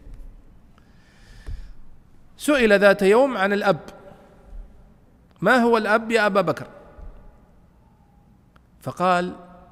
سئل ذات يوم عن الأب، ما هو الأب يا أبا بكر؟ فقال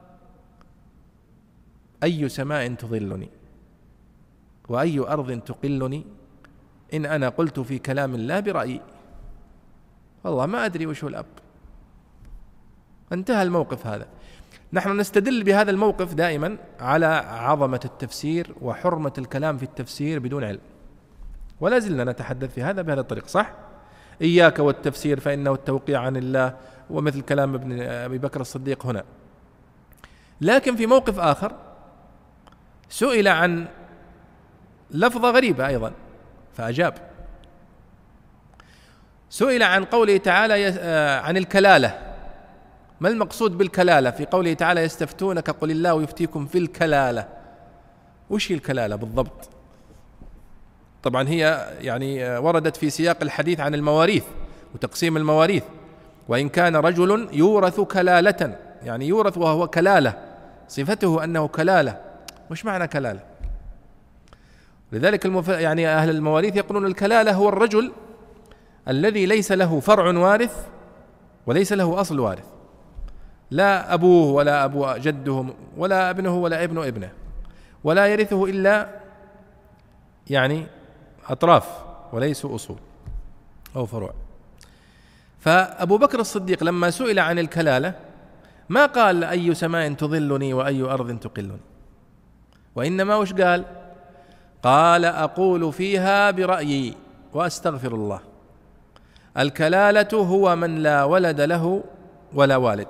أي سماء تظلني وأي أرض تقلني إن أنا قلت في كلام الله برأيي. والله ما أدري وش هو الأب. انتهى الموقف هذا. نحن نستدل بهذا الموقف دائما على عظمة التفسير وحرمة الكلام في التفسير بدون علم، ولا زلنا نتحدث في هذا بهذا الطريق، صح؟ إياك والتفسير فإنه التوقيع عن الله، ومثل كلام ابن أبي بكر الصديق هنا. لكن في موقف آخر سئل عن لفظة غريبة أيضا فأجاب. سئل عن قوله تعالى عن الكلالة، ما المقصود بالكلالة في قوله تعالى يستفتونك قل الله يفتيكم في الكلالة؟ وش هي الكلالة بالضبط؟ طبعا هي يعني وردت في سياق الحديث عن المواريث وتقسيم المواريث، وإن كان رجل يورث كلالة، يعني يورث وهو كلالة، صفته أنه كلالة. وش معنى كلالة؟ لذلك المف... يعني أهل المواريث يقولون الكلالة هو الرجل الذي ليس له فرع وارث وليس له أصل وارث، لا أبوه ولا أبو جده ولا ابنه ولا ابن ابنه، ولا يرثه إلا يعني أطراف وليسوا أصول أو فروع. فأبو بكر الصديق لما سئل عن الكلالة ما قال أي سماء تظلني وأي أرض تقلني، وإنما وش قال؟ قال أقول فيها برأيي وأستغفر الله. الكلالة هو من لا ولد له ولا والد.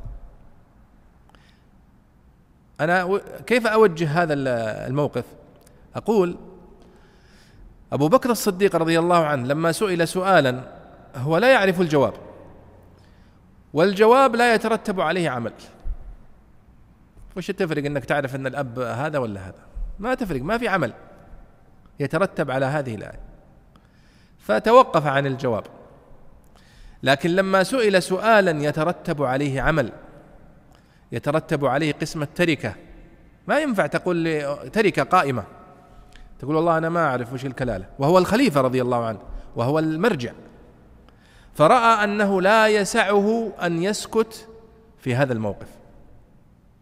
أنا كيف أوجه هذا الموقف؟ أقول أبو بكر الصديق رضي الله عنه لما سئل سؤالا هو لا يعرف الجواب، والجواب لا يترتب عليه عمل. وش تفرق أنك تعرف أن الأب هذا ولا هذا؟ ما تفرق، ما في عمل يترتب على هذه الآية، فتوقف عن الجواب. لكن لما سئل سؤالا يترتب عليه عمل، يترتب عليه قسمة تركة، ما ينفع تقول لي تركة قائمة تقول والله أنا ما أعرف وش الكلالة، وهو الخليفة رضي الله عنه وهو المرجع، فرأى أنه لا يسعه أن يسكت في هذا الموقف.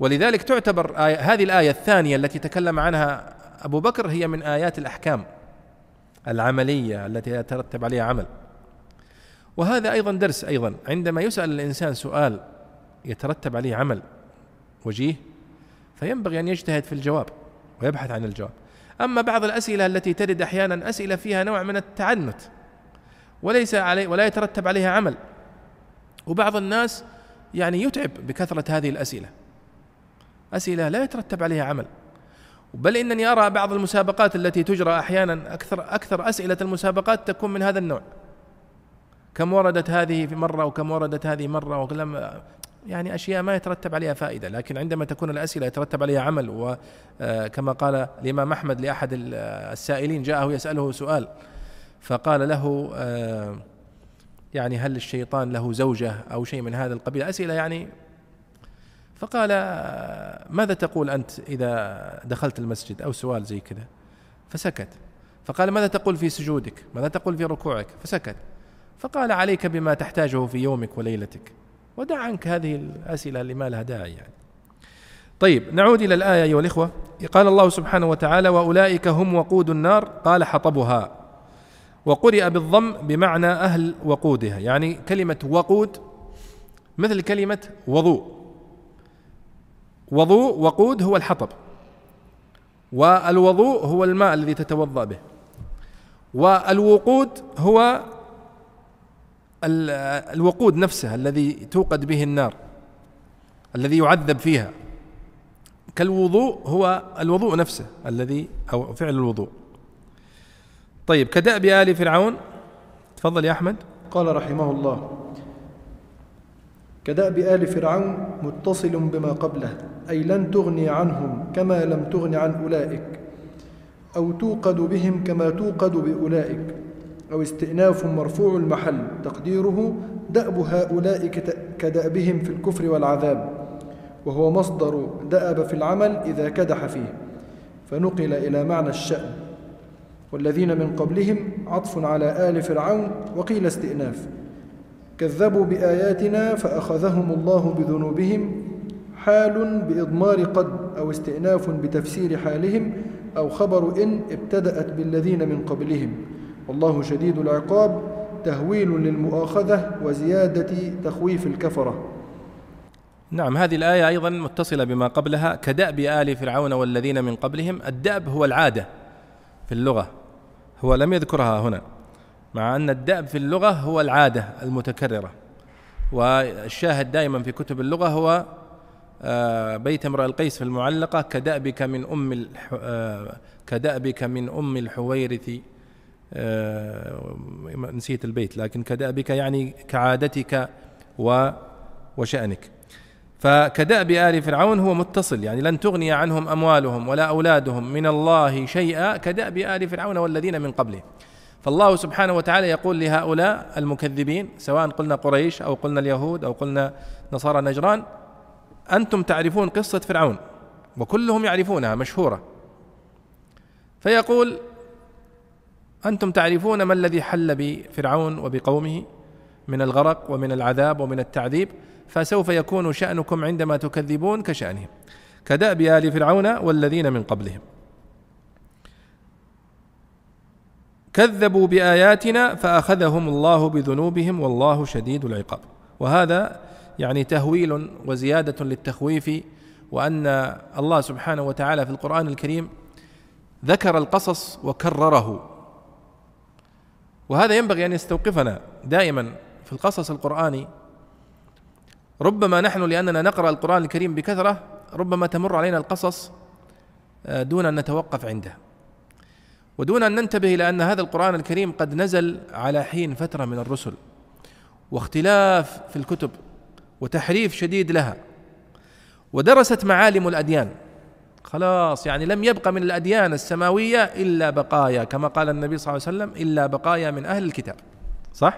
ولذلك تعتبر آية هذه الآية الثانية التي تكلم عنها أبو بكر هي من آيات الأحكام العملية التي يترتب عليها عمل. وهذا أيضا درس، أيضا عندما يسأل الإنسان سؤال يترتب عليه عمل وجيه فينبغي أن يجتهد في الجواب ويبحث عن الجواب. أما بعض الأسئلة التي ترد أحيانا أسئلة فيها نوع من التعنت وليس عليه ولا يترتب عليها عمل، وبعض الناس يعني يتعب بكثرة هذه الأسئلة، أسئلة لا يترتب عليها عمل. بل إنني أرى بعض المسابقات التي تجرى أحيانا أكثر أكثر أسئلة المسابقات تكون من هذا النوع، كم وردت هذه في مرة وكم وردت هذه مرة، وكلام يعني أشياء ما يترتب عليها فائدة. لكن عندما تكون الأسئلة يترتب عليها عمل، وكما قال الإمام أحمد لأحد السائلين جاءه يسأله سؤال فقال له يعني هل الشيطان له زوجة أو شيء من هذا القبيل، أسئلة يعني، فقال ماذا تقول أنت إذا دخلت المسجد أو سؤال زي كذا، فسكت. فقال ماذا تقول في سجودك، ماذا تقول في ركوعك، فسكت. فقال عليك بما تحتاجه في يومك وليلتك ودع عنك هذه الأسئلة اللي ما لها داعي يعني. طيب نعود إلى الآية أيها الإخوة. قال الله سبحانه وتعالى وأولئك هم وقود النار قال حطبها، وقرئ بالضم بمعنى أهل وقودها، يعني كلمة وقود مثل كلمة وضوء، وضوء وقود هو الحطب، والوضوء هو الماء الذي تتوضأ به، والوقود هو الوقود نفسه الذي توقد به النار الذي يعذب فيها، كالوضوء هو الوضوء نفسه الذي أو فعل الوضوء. طيب كدأب آل فرعون، تفضل يا أحمد. قال رحمه الله كدأب آل فرعون متصل بما قبله، أي لن تغني عنهم كما لم تغن عن أولئك، أو توقد بهم كما توقد بأولئك، أو استئناف مرفوع المحل تقديره دأب هؤلاء كدأبهم في الكفر والعذاب، وهو مصدر دأب في العمل إذا كدح فيه، فنقل إلى معنى الشأن. والذين من قبلهم عطف على آل فرعون، وقيل استئناف. كذبوا بآياتنا فأخذهم الله بذنوبهم، حال بإضمار قد، أو استئناف بتفسير حالهم، أو خبر إن ابتدأت بالذين من قبلهم، والله شديد العقاب، تهويل للمؤاخذة وزيادة تخويف الكفرة. نعم، هذه الآية أيضا متصلة بما قبلها. كدأب آل فرعون والذين من قبلهم، الدأب هو العادة في اللغة، هو لم يذكرها هنا، مع أن الدأب في اللغة هو العادة المتكررة، والشاهد دائما في كتب اللغة هو بيت امرئ القيس في المعلقة كدأبك من أم كدأبك من أم الحويرث، نسيت البيت، لكن كدأبك يعني كعادتك وشأنك. فكدأب آل فرعون هو متصل، يعني لن تغني عنهم أموالهم ولا أولادهم من الله شيئا كدأب آل فرعون والذين من قبله. فالله سبحانه وتعالى يقول لهؤلاء المكذبين، سواء قلنا قريش أو قلنا اليهود أو قلنا نصارى نجران، أنتم تعرفون قصة فرعون وكلهم يعرفونها مشهورة، فيقول أنتم تعرفون ما الذي حل بفرعون وبقومه من الغرق ومن العذاب ومن التعذيب، فسوف يكون شأنكم عندما تكذبون كشأنهم، كدأب آل فرعون والذين من قبلهم. كذبوا بآياتنا فأخذهم الله بذنوبهم والله شديد العقاب. وهذا يعني تهويل وزيادة للتخويف، وأن الله سبحانه وتعالى في القرآن الكريم ذكر القصص وكرره، وهذا ينبغي أن يستوقفنا دائما في القصص القرآني. ربما نحن لأننا نقرأ القرآن الكريم بكثرة ربما تمر علينا القصص دون أن نتوقف عنده، ودون أن ننتبه إلى أن هذا القرآن الكريم قد نزل على حين فترة من الرسل، واختلاف في الكتب وتحريف شديد لها، ودرست معالم الأديان، خلاص يعني لم يبقى من الأديان السماوية إلا بقايا، كما قال النبي صلى الله عليه وسلم إلا بقايا من أهل الكتاب، صح؟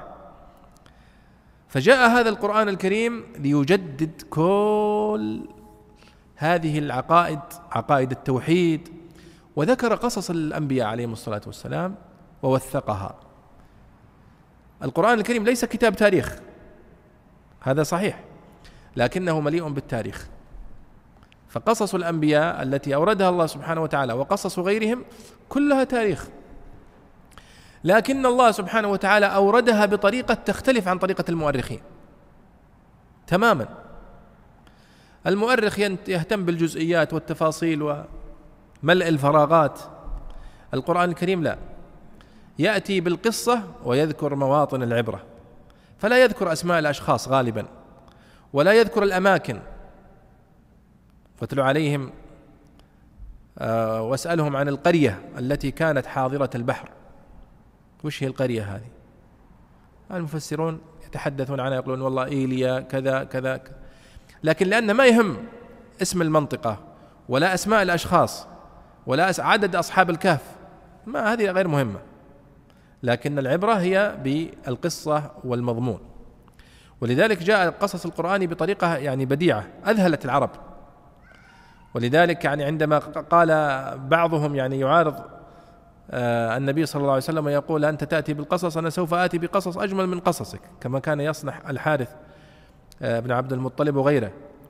فجاء هذا القرآن الكريم ليجدد كل هذه العقائد، عقائد التوحيد، وذكر قصص الأنبياء عليهم الصلاة والسلام ووثقها. القرآن الكريم ليس كتاب تاريخ، هذا صحيح، لكنه مليء بالتاريخ، فقصص الأنبياء التي أوردها الله سبحانه وتعالى وقصص غيرهم كلها تاريخ، لكن الله سبحانه وتعالى أوردها بطريقة تختلف عن طريقة المؤرخين تماما. المؤرخ يهتم بالجزئيات والتفاصيل وملء الفراغات، القرآن الكريم لا، يأتي بالقصة ويذكر مواطن العبرة، فلا يذكر أسماء الأشخاص غالبا، ولا يذكر الأماكن. واتل عليهم آه واسألهم عن القرية التي كانت حاضرة البحر. وش هي القرية هذه؟ المفسرون يتحدثون عنها يقولون والله إيليا كذا كذا، لكن لأن ما يهم اسم المنطقة ولا أسماء الأشخاص ولا عدد أصحاب الكهف، ما هذه غير مهمة، لكن العبرة هي بالقصة والمضمون. ولذلك جاء قصص القرآن بطريقة يعني بديعة أذهلت العرب. ولذلك يعني عندما قال بعضهم يعني يعارض آه النبي صلى الله عليه وسلم يقول أنت تأتي بالقصص، أنا سوف آتي بقصص أجمل من قصصك، كما كان يصنع الحارث آه بن عبد المطلب وغيره.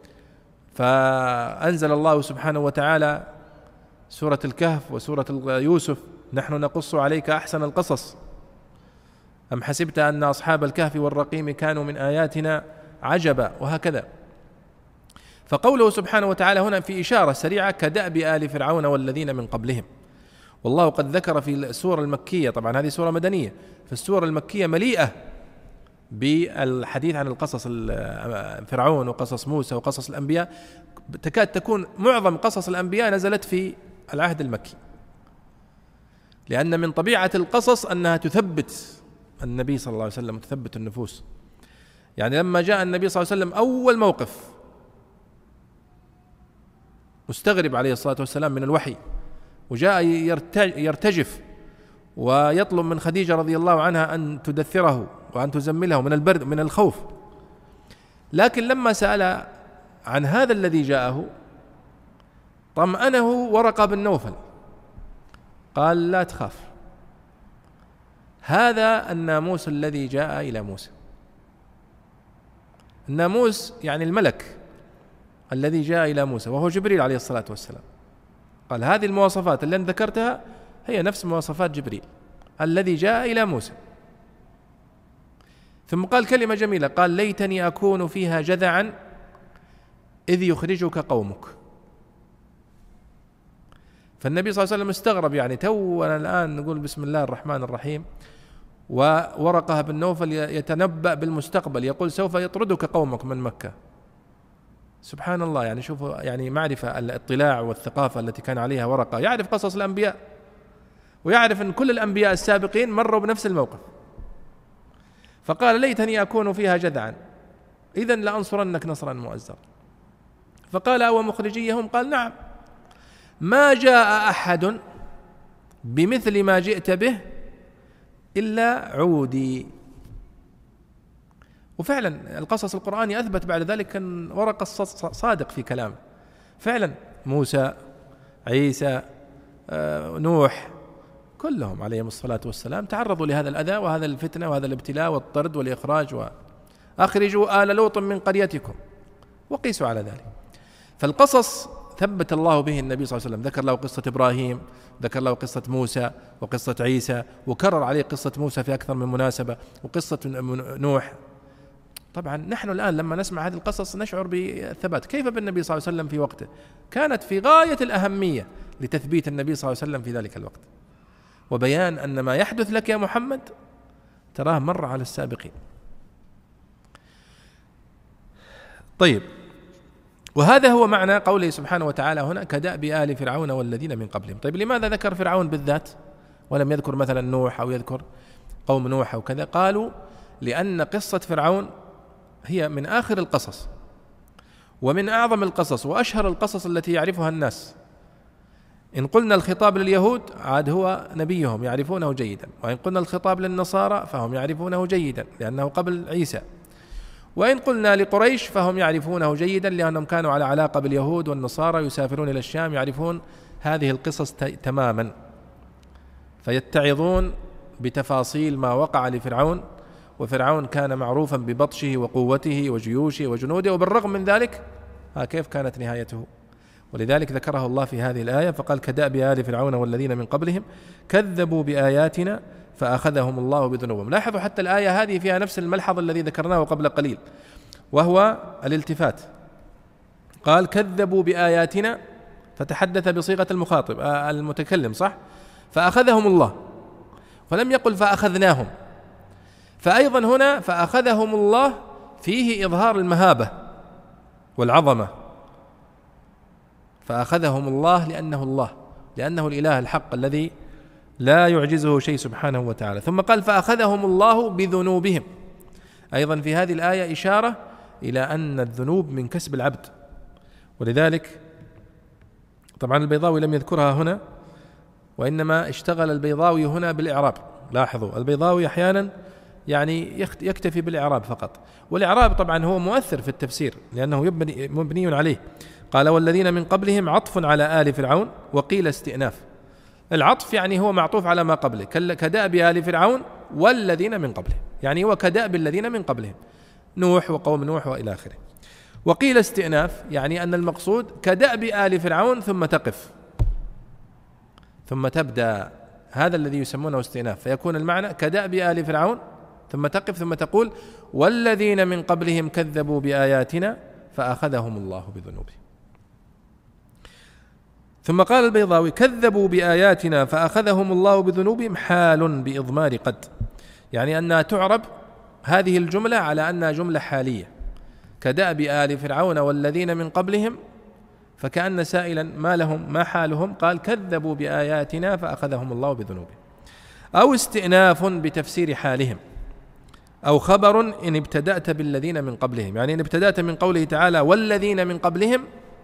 فأنزل الله سبحانه وتعالى سورة الكهف وسورة يوسف، نحن نقص عليك أحسن القصص، أم حسبت أن أصحاب الكهف والرقيم كانوا من آياتنا عجبا، وهكذا. فقوله سبحانه وتعالى هنا في إشارة سريعة كدأب آل فرعون والذين من قبلهم. والله قد ذكر في السورة المكية، طبعا هذه سورة مدنية، في السورة المكية مليئة بالحديث عن القصص فرعون وقصص موسى وقصص الأنبياء، تكاد تكون معظم قصص الأنبياء نزلت في العهد المكي، لأن من طبيعة القصص أنها تثبت النبي صلى الله عليه وسلم، تثبت النفوس. يعني لما جاء النبي صلى الله عليه وسلم أول موقف مستغرب عليه الصلاة والسلام من الوحي، وجاء يرتجف ويطلب من خديجة رضي الله عنها أن تدثره وأن تزمله من البرد من الخوف، لكن لما سأل عن هذا الذي جاءه طمأنه ورقة بن نوفل، قال لا تخاف، هذا الناموس الذي جاء إلى موسى. الناموس يعني الملك الذي جاء إلى موسى وهو جبريل عليه الصلاة والسلام. قال هذه المواصفات التي ذكرتها هي نفس مواصفات جبريل الذي جاء إلى موسى. ثم قال كلمة جميلة، قال ليتني أكون فيها جذعا إذ يخرجك قومك. فالنبي صلى الله عليه وسلم استغرب، يعني تونا الآن نقول بسم الله الرحمن الرحيم، وورقة بن نوفل يتنبأ بالمستقبل يقول سوف يطردك قومك من مكة. سبحان الله، يعني شوفوا يعني معرفة الاطلاع والثقافة التي كان عليها ورقة، يعرف قصص الأنبياء ويعرف أن كل الأنبياء السابقين مروا بنفس الموقف. فقال ليتني أكون فيها جذعا إذن لأنصرنك نصرا مؤزرا. فقال أو مخرجيهم؟ قال نعم، ما جاء أحد بمثل ما جئت به إلا عودي. وفعلا القصص القرآني أثبت بعد ذلك أن ورقة صادق في كلامه. فعلا موسى، عيسى، نوح، كلهم عليهم الصلاة والسلام تعرضوا لهذا الأذى وهذا الفتنة وهذا الابتلاء والطرد والإخراج، وأخرجوا آل لوط من قريتكم، وقيسوا على ذلك. فالقصص ثبت الله به النبي صلى الله عليه وسلم، ذكر له قصة إبراهيم، ذكر له قصة موسى وقصة عيسى، وكرر عليه قصة موسى في أكثر من مناسبة، وقصة نوح. طبعا نحن الآن لما نسمع هذه القصص نشعر بالثبات. كيف بالنبي صلى الله عليه وسلم في وقته؟ كانت في غاية الأهمية لتثبيت النبي صلى الله عليه وسلم في ذلك الوقت، وبيان أن ما يحدث لك يا محمد تراه مر على السابقين. طيب، وهذا هو معنى قوله سبحانه وتعالى هنا كدأب آل فرعون والذين من قبلهم. طيب لماذا ذكر فرعون بالذات ولم يذكر مثلا نوح أو يذكر قوم نوح أو كذا؟ قالوا لأن قصة فرعون هي من آخر القصص ومن أعظم القصص وأشهر القصص التي يعرفها الناس. إن قلنا الخطاب لليهود عاد هو نبيهم يعرفونه جيدا، وإن قلنا الخطاب للنصارى فهم يعرفونه جيدا لأنه قبل عيسى، وإن قلنا لقريش فهم يعرفونه جيدا لأنهم كانوا على علاقة باليهود والنصارى، يسافرون إلى الشام، يعرفون هذه القصص تماما، فيتعظون بتفاصيل ما وقع لفرعون. وفرعون كان معروفا ببطشه وقوته وجيوشه وجنوده، وبالرغم من ذلك ها كيف كانت نهايته؟ ولذلك ذكره الله في هذه الآية فقال كدأب آل فرعون والذين من قبلهم كذبوا بآياتنا فأخذهم الله بذنوبهم. لاحظوا حتى الآية هذه فيها نفس الملحظ الذي ذكرناه قبل قليل، وهو الالتفات. قال كذبوا بآياتنا فتحدث بصيغة المخاطب المتكلم، صح؟ فأخذهم الله، فلم يقل فأخذناهم. فأيضا هنا فأخذهم الله فيه إظهار المهابة والعظمة، فأخذهم الله لأنه الله، لأنه الإله الحق الذي لا يعجزه شيء سبحانه وتعالى. ثم قال فأخذهم الله بذنوبهم، أيضا في هذه الآية إشارة إلى أن الذنوب من كسب العبد. ولذلك طبعا البيضاوي لم يذكرها هنا، وإنما اشتغل البيضاوي هنا بالإعراب. لاحظوا البيضاوي أحيانا يعني يكتفي بالإعراب فقط، والإعراب طبعا هو مؤثر في التفسير لأنه مبني عليه. قال والذين من قبلهم عطف على آل فرعون وقيل استئناف. العطف يعني هو معطوف على ما قبله، كدأب آل فرعون والذين من قبلهم، يعني هو كدأب الذين من قبلهم، نوح وقوم نوح وإلى آخره. وقيل استئناف يعني أن المقصود كدأب آل فرعون ثم تقف ثم تبدأ، هذا الذي يسمونه استئناف، فيكون المعنى كدأب آل فرعون ثم تقف ثم تقول والذين من قبلهم كذبوا بآياتنا فأخذهم الله بذنوبهم. ثم قال البيضاوي كذبوا بآياتنا فأخذهم الله بذنوبهم حال بإضمار قد، يعني أنها تعرب هذه الجملة على أنها جملة حالية، كدأب آل فرعون والذين من قبلهم، فكأن سائلا ما لهم ما حالهم، قال كذبوا بآياتنا فأخذهم الله بذنوبهم. أو استئناف بتفسير حالهم، أو خبر إن ابتدأت بالذين من قبلهم، يعني إن ابتدأت من قوله تعالى والذين من قبلهم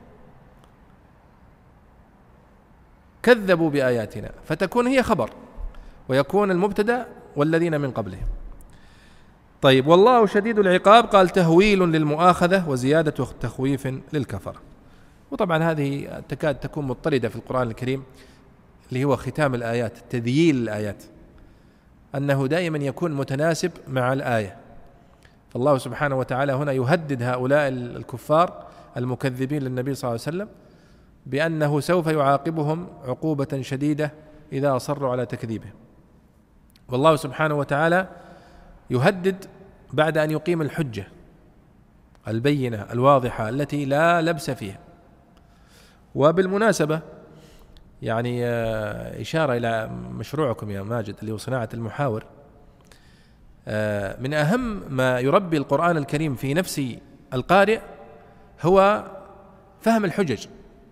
كذبوا بآياتنا، فتكون هي خبر ويكون المبتدأ والذين من قبلهم. طيب والله شديد العقاب، قال تهويل للمؤاخذة وزيادة تخويف للكفر. وطبعا هذه تكاد تكون مضطردة في القرآن الكريم، اللي هو ختام الآيات، تذييل الآيات، أنه دائما يكون متناسب مع الآية. فالله سبحانه وتعالى هنا يهدد هؤلاء الكفار المكذبين للنبي صلى الله عليه وسلم بأنه سوف يعاقبهم عقوبة شديدة إذا أصروا على تكذيبه. والله سبحانه وتعالى يهدد بعد أن يقيم الحجة البينة الواضحة التي لا لبس فيها. وبالمناسبة يعني إشارة إلى مشروعكم يا ماجد اللي هو صناعة المحاور، من أهم ما يربي القرآن الكريم في نفس القارئ هو فهم الحجج،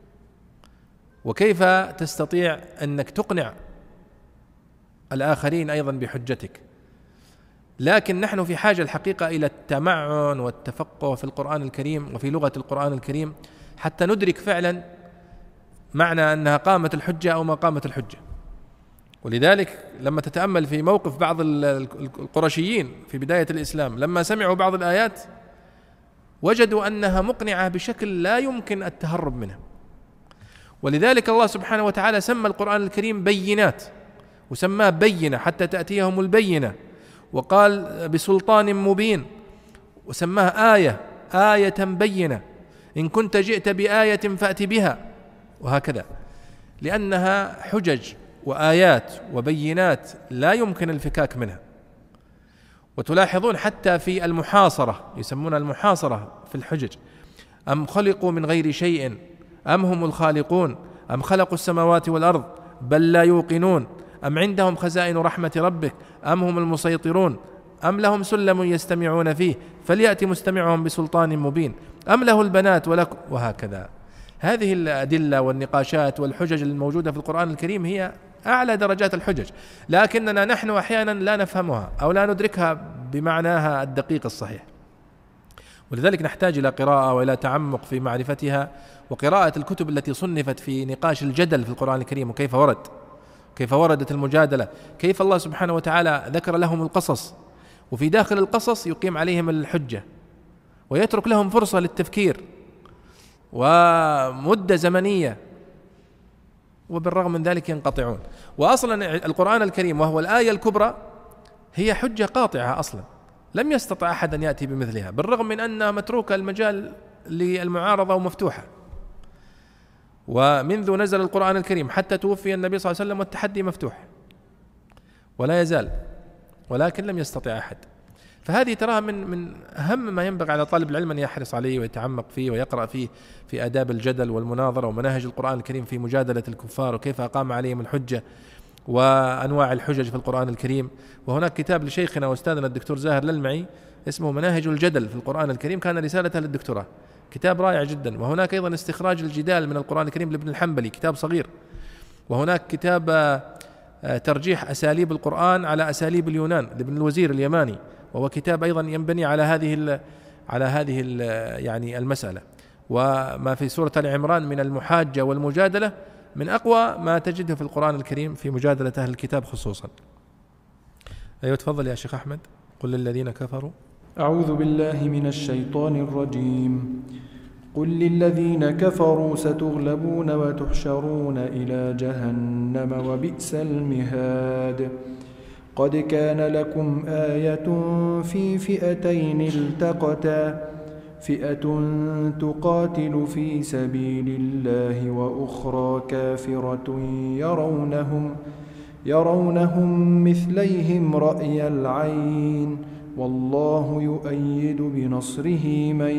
وكيف تستطيع أنك تقنع الآخرين أيضا بحجتك. لكن نحن في حاجة الحقيقة إلى التمعن والتفقه في القرآن الكريم وفي لغة القرآن الكريم حتى ندرك فعلا معنى أنها قامت الحجة أو ما قامت الحجة. ولذلك لما تتأمل في موقف بعض القرشيين في بداية الإسلام لما سمعوا بعض الآيات وجدوا أنها مقنعة بشكل لا يمكن التهرب منها. ولذلك الله سبحانه وتعالى سمى القرآن الكريم بينات، وسماه بينة حتى تأتيهم البينة، وقال بسلطان مبين، وسماه آية آية بينة، إن كنت جئت بآية فأت بها، وهكذا، لأنها حجج وآيات وبينات لا يمكن الفكاك منها. وتلاحظون حتى في المحاصرة، يسمونها المحاصرة في الحجج، أم خلقوا من غير شيء أم هم الخالقون أم خلقوا السماوات والأرض بل لا يوقنون أم عندهم خزائن رحمة ربك أم هم المسيطرون أم لهم سلم يستمعون فيه فليأتي مستمعهم بسلطان مبين أم له البنات ولكم، وهكذا. هذه الأدلة والنقاشات والحجج الموجودة في القرآن الكريم هي أعلى درجات الحجج، لكننا نحن أحيانا لا نفهمها أو لا ندركها بمعناها الدقيق الصحيح. ولذلك نحتاج إلى قراءة وإلى تعمق في معرفتها، وقراءة الكتب التي صنفت في نقاش الجدل في القرآن الكريم، وكيف ورد كيف وردت المجادلة، كيف الله سبحانه وتعالى ذكر لهم القصص، وفي داخل القصص يقيم عليهم الحجة ويترك لهم فرصة للتفكير ومدة زمنية، وبالرغم من ذلك ينقطعون. وأصلا القرآن الكريم وهو الآية الكبرى هي حجة قاطعة، أصلا لم يستطع أحد أن يأتي بمثلها، بالرغم من أنها متروكة المجال للمعارضة ومفتوحة. ومنذ نزل القرآن الكريم حتى توفي النبي صلى الله عليه وسلم والتحدي مفتوح ولا يزال، ولكن لم يستطع أحد. فهذه تراها من من أهم ما ينبغي على طالب العلم أن يحرص عليه ويتعمق فيه ويقرأ فيه في آداب الجدل والمناظرة ومناهج القرآن الكريم في مجادلة الكفار وكيف أقام عليهم الحجة وأنواع الحجج في القرآن الكريم. وهناك كتاب لشيخنا وأستاذنا الدكتور زاهر للمعي اسمه مناهج الجدل في القرآن الكريم، كان رسالته للدكتوراه، كتاب رائع جدا. وهناك أيضا استخراج الجدال من القرآن الكريم لابن الحنبلي، كتاب صغير. وهناك كتاب ترجيح أساليب القرآن على أساليب اليونان لابن الوزير اليماني، وهو كتاب أيضا ينبني على هذه ال على هذه ال يعني المسألة. وما في سورة آل عمران من المحاجة والمجادلة من أقوى ما تجده في القرآن الكريم في مجادلة أهل الكتاب خصوصا. أيوة تفضل يا شيخ أحمد. قل للذين كفروا أعوذ بالله من الشيطان الرجيم. قل للذين كفروا ستغلبون وتحشرون إلى جهنم وبئس المهاد. قد كان لكم آية في فئتين التقتا، فئة تقاتل في سبيل الله وأخرى كافرة يرونهم يرونهم مثليهم رأي العين، والله يؤيد بنصره من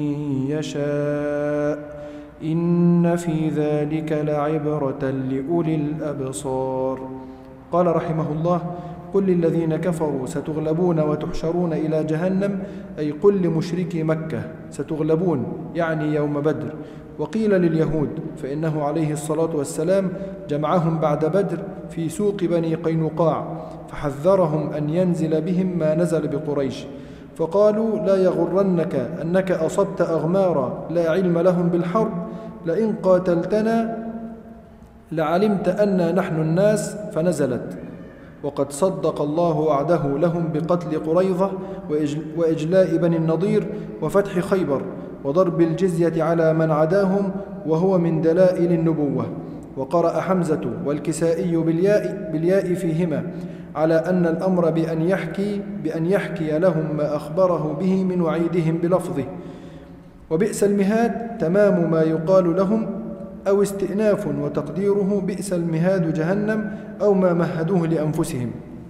يشاء، إن في ذلك لعبرة لأولي الأبصار. قال رحمه الله: قل للذين كفروا ستغلبون وتحشرون إلى جهنم، أي قل لمشركي مكة ستغلبون يعني يوم بدر. وقيل لليهود، فإنه عليه الصلاة والسلام جمعهم بعد بدر في سوق بني قينقاع، فحذرهم أن ينزل بهم ما نزل بقريش، فقالوا: لا يغرنك أنك أصبت أغمارا لا علم لهم بالحرب، لئن قاتلتنا لعلمت أننا نحن الناس، فنزلت: وقد صدق الله وعده لهم بقتل قريظة وإجلاء بني النضير وفتح خيبر وضرب الجزية على من عداهم، وهو من دلائل النبوة. وقرأ حمزة والكسائي بالياء, بالياء فيهما على أن الأمر بأن يحكي, بأن يحكي لهم ما أخبره به من وعيدهم بلفظه. وبئس المهاد تمام ما يقال لهم، أو استئناف وتقديره بئس المهاد جهنم أو ما مهدوه لأنفسهم.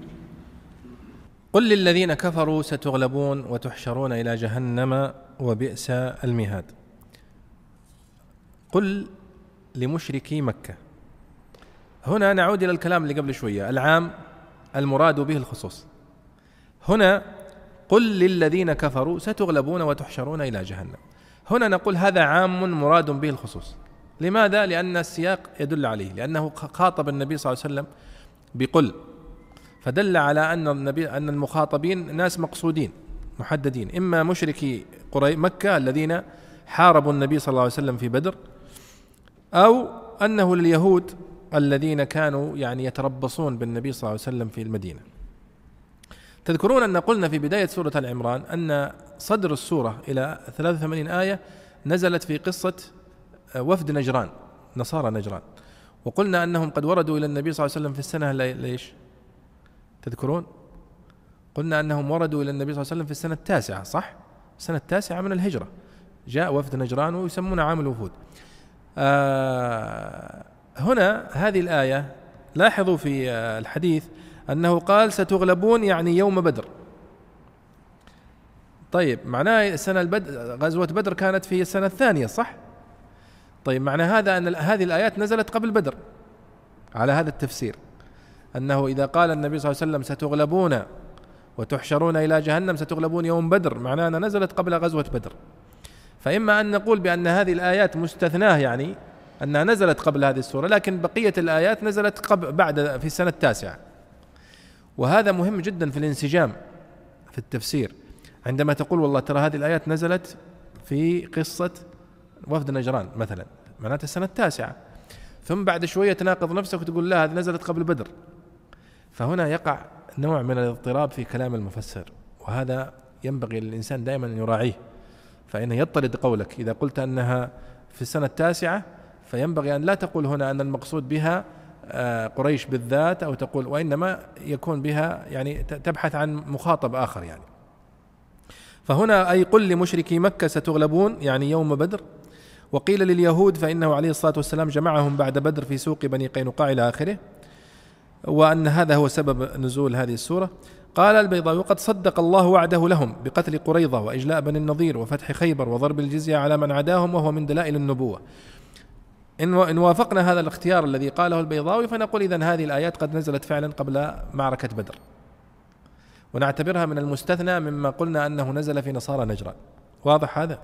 قل للذين كفروا ستغلبون وتحشرون إلى جهنم وبئس المهاد. قل لمشركي مكة. هنا نعود إلى الكلام اللي قبل شوية، العام المراد به الخصوص. هنا قل للذين كفروا ستغلبون وتحشرون إلى جهنم، هنا نقول هذا عام مراد به الخصوص. لماذا؟ لأن السياق يدل عليه، لأنه خاطب النبي صلى الله عليه وسلم بقل، فدل على أن النبي أن المخاطبين ناس مقصودين محددين، إما مشركي قري مكة الذين حاربوا النبي صلى الله عليه وسلم في بدر، أو أنه لليهود الذين كانوا يعني يتربصون بالنبي صلى الله عليه وسلم في المدينة. تذكرون أن قلنا في بداية سورة آل عمران أن صدر السورة إلى ثلاث وثمانين آية نزلت في قصة وفد نجران، نصارى نجران، وقلنا أنهم قد وردوا إلى النبي صلى الله عليه وسلم في السنة ليش؟ تذكرون؟ قلنا أنهم وردوا إلى النبي صلى الله عليه وسلم في السنة التاسعة، صح؟ السنة التاسعة من الهجرة جاء وفد نجران ويسمون عام الوفود. آه هنا هذه الآية لاحظوا في الحديث أنه قال ستغلبون يعني يوم بدر. طيب معناه السنة البدر غزوة بدر كانت في السنة الثانية، صح؟ طيب معنى هذا أن هذه الآيات نزلت قبل بدر، على هذا التفسير أنه إذا قال النبي صلى الله عليه وسلم ستغلبون وتحشرون إلى جهنم ستغلبون يوم بدر، معناه أنها نزلت قبل غزوة بدر. فإما أن نقول بأن هذه الآيات مستثناة، يعني أنها نزلت قبل هذه السورة، لكن بقية الآيات نزلت قبل بعد في السنة التاسعة. وهذا مهم جدا في الانسجام في التفسير، عندما تقول والله ترى هذه الآيات نزلت في قصة وفد نجران مثلا، معناتها السنة التاسعة، ثم بعد شوية تناقض نفسك وتقول لا هذه نزلت قبل بدر. فهنا يقع نوع من الاضطراب في كلام المفسر، وهذا ينبغي للإنسان دائما أن يراعيه، فإنه يضطرد قولك إذا قلت أنها في السنة التاسعة، فينبغي أن لا تقول هنا أن المقصود بها قريش بالذات، أو تقول وإنما يكون بها يعني تبحث عن مخاطب آخر يعني. فهنا أي قل لمشركي مكة ستغلبون يعني يوم بدر، وقيل لليهود فإنه عليه الصلاة والسلام جمعهم بعد بدر في سوق بني قينقاع إلى آخره، وأن هذا هو سبب نزول هذه السورة. قال البيضاوي: وقد صدق الله وعده لهم بقتل قريظة وإجلاء بني النضير وفتح خيبر وضرب الجزية على من عداهم، وهو من دلائل النبوة. إن وافقنا هذا الاختيار الذي قاله البيضاوي فنقول إذن هذه الآيات قد نزلت فعلا قبل معركة بدر، ونعتبرها من المستثنى مما قلنا أنه نزل في نصارى نجران. واضح هذا؟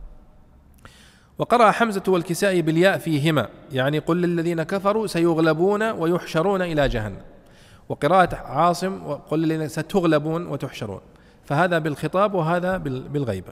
وقرأ حمزة والكسائي بالياء فيهما، يعني قل للذين كفروا سيغلبون ويحشرون إلى جهنم، وقراءة عاصم وقل للذين ستغلبون وتحشرون، فهذا بالخطاب وهذا بالغيبة.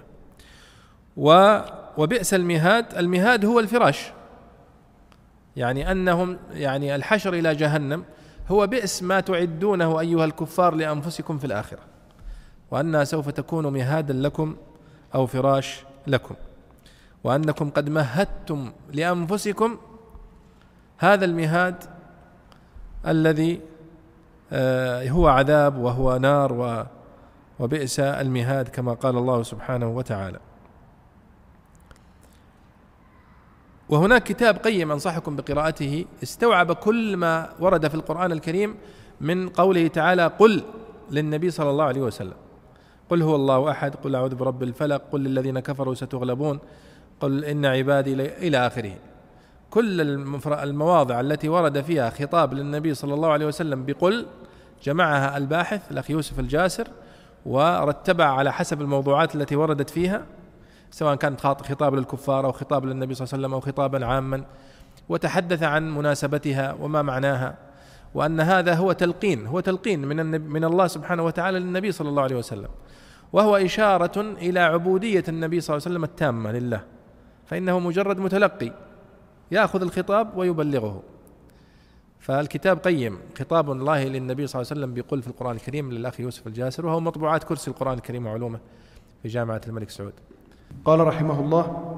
وبئس المهاد، المهاد هو الفراش، يعني أنهم يعني الحشر إلى جهنم هو بئس ما تعدونه أيها الكفار لأنفسكم في الآخرة، وأنها سوف تكون مهادا لكم أو فراش لكم، وأنكم قد مهدتم لأنفسكم هذا المهاد الذي هو عذاب وهو نار، وبئس المهاد كما قال الله سبحانه وتعالى. وهناك كتاب قيم أنصحكم بقراءته استوعب كل ما ورد في القرآن الكريم من قوله تعالى: قل للنبي صلى الله عليه وسلم، قل هو الله أحد، قل أعوذ برب الفلق، قل للذين كفروا ستغلبون، قل إن عبادي إلى آخره. كل المواضع التي ورد فيها خطاب للنبي صلى الله عليه وسلم بقل جمعها الباحث الأخ يوسف الجاسر ورتبها على حسب الموضوعات التي وردت فيها، سواء كانت خطاب للكفار أو خطاب للنبي صلى الله عليه وسلم أو خطابا عاما، وتحدث عن مناسبتها وما معناها، وأن هذا هو تلقين هو تلقين من من الله سبحانه وتعالى للنبي صلى الله عليه وسلم، وهو إشارة إلى عبودية النبي صلى الله عليه وسلم التامة لله، فإنه مجرد متلقي يأخذ الخطاب ويبلغه. فالكتاب قيم، خطاب الله للنبي صلى الله عليه وسلم بيقول في القرآن الكريم للأخ يوسف الجاسر، وهو مطبوعات كرسي القرآن الكريم وعلومه في جامعة الملك سعود. قال رحمه الله: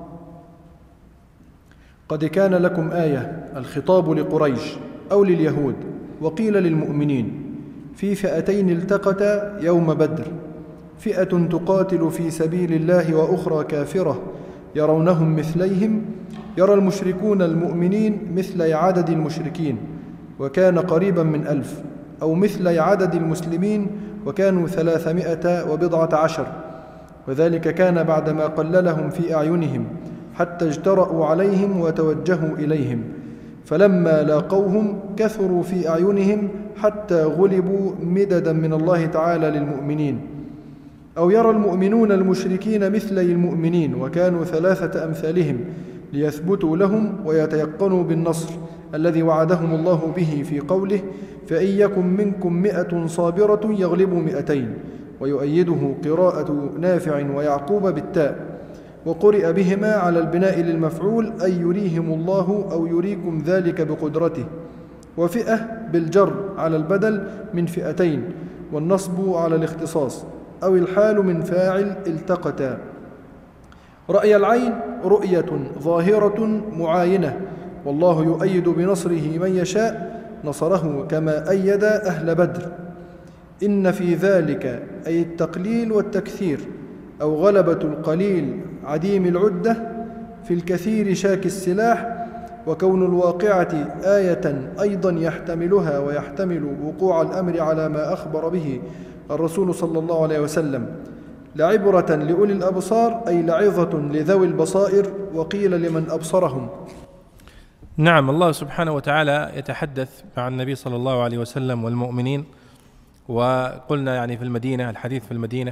قد كان لكم آية، الخطاب لقريش أو لليهود، وقيل للمؤمنين، في فئتين التقتا يوم بدر، فئة تقاتل في سبيل الله وأخرى كافرة يرونهم مثليهم، يرى المشركون المؤمنين مثل عدد المشركين وكان قريبا من ألف، أو مثل عدد المسلمين وكانوا ثلاثمائة وبضعة عشر، وذلك كان بعدما قللهم في أعينهم حتى اجترأوا عليهم وتوجهوا إليهم، فلما لاقوهم كثروا في أعينهم حتى غلبوا مددا من الله تعالى للمؤمنين. أو يرى المؤمنون المشركين مثلي المؤمنين وكانوا ثلاثة أمثالهم ليثبتوا لهم ويتيقنوا بالنصر الذي وعدهم الله به في قوله: فإن يكن منكم مئة صابرة يغلبوا مئتين، ويؤيده قراءة نافع ويعقوب بالتاء، وقرئ بهما على البناء للمفعول أي يريهم الله أو يريكم ذلك بقدرته، وفئة بالجر على البدل من فئتين، والنصب على الاختصاص، أو الحال من فاعل التقتا. رأي العين رؤية ظاهرة معاينة، والله يؤيد بنصره من يشاء، نصره كما أيد أهل بدر. إن في ذلك أي التقليل والتكثير، أو غلبة القليل عديم العدة في الكثير شاك السلاح، وكون الواقعة آية أيضا يحتملها ويحتمل وقوع الأمر على ما أخبر به الرسول صلى الله عليه وسلم، لعبرة لأولي الأبصار أي لعظة لذوي البصائر، وقيل لمن أبصرهم. نعم، الله سبحانه وتعالى يتحدث مع النبي صلى الله عليه وسلم والمؤمنين، وقلنا يعني في المدينة، الحديث في المدينة،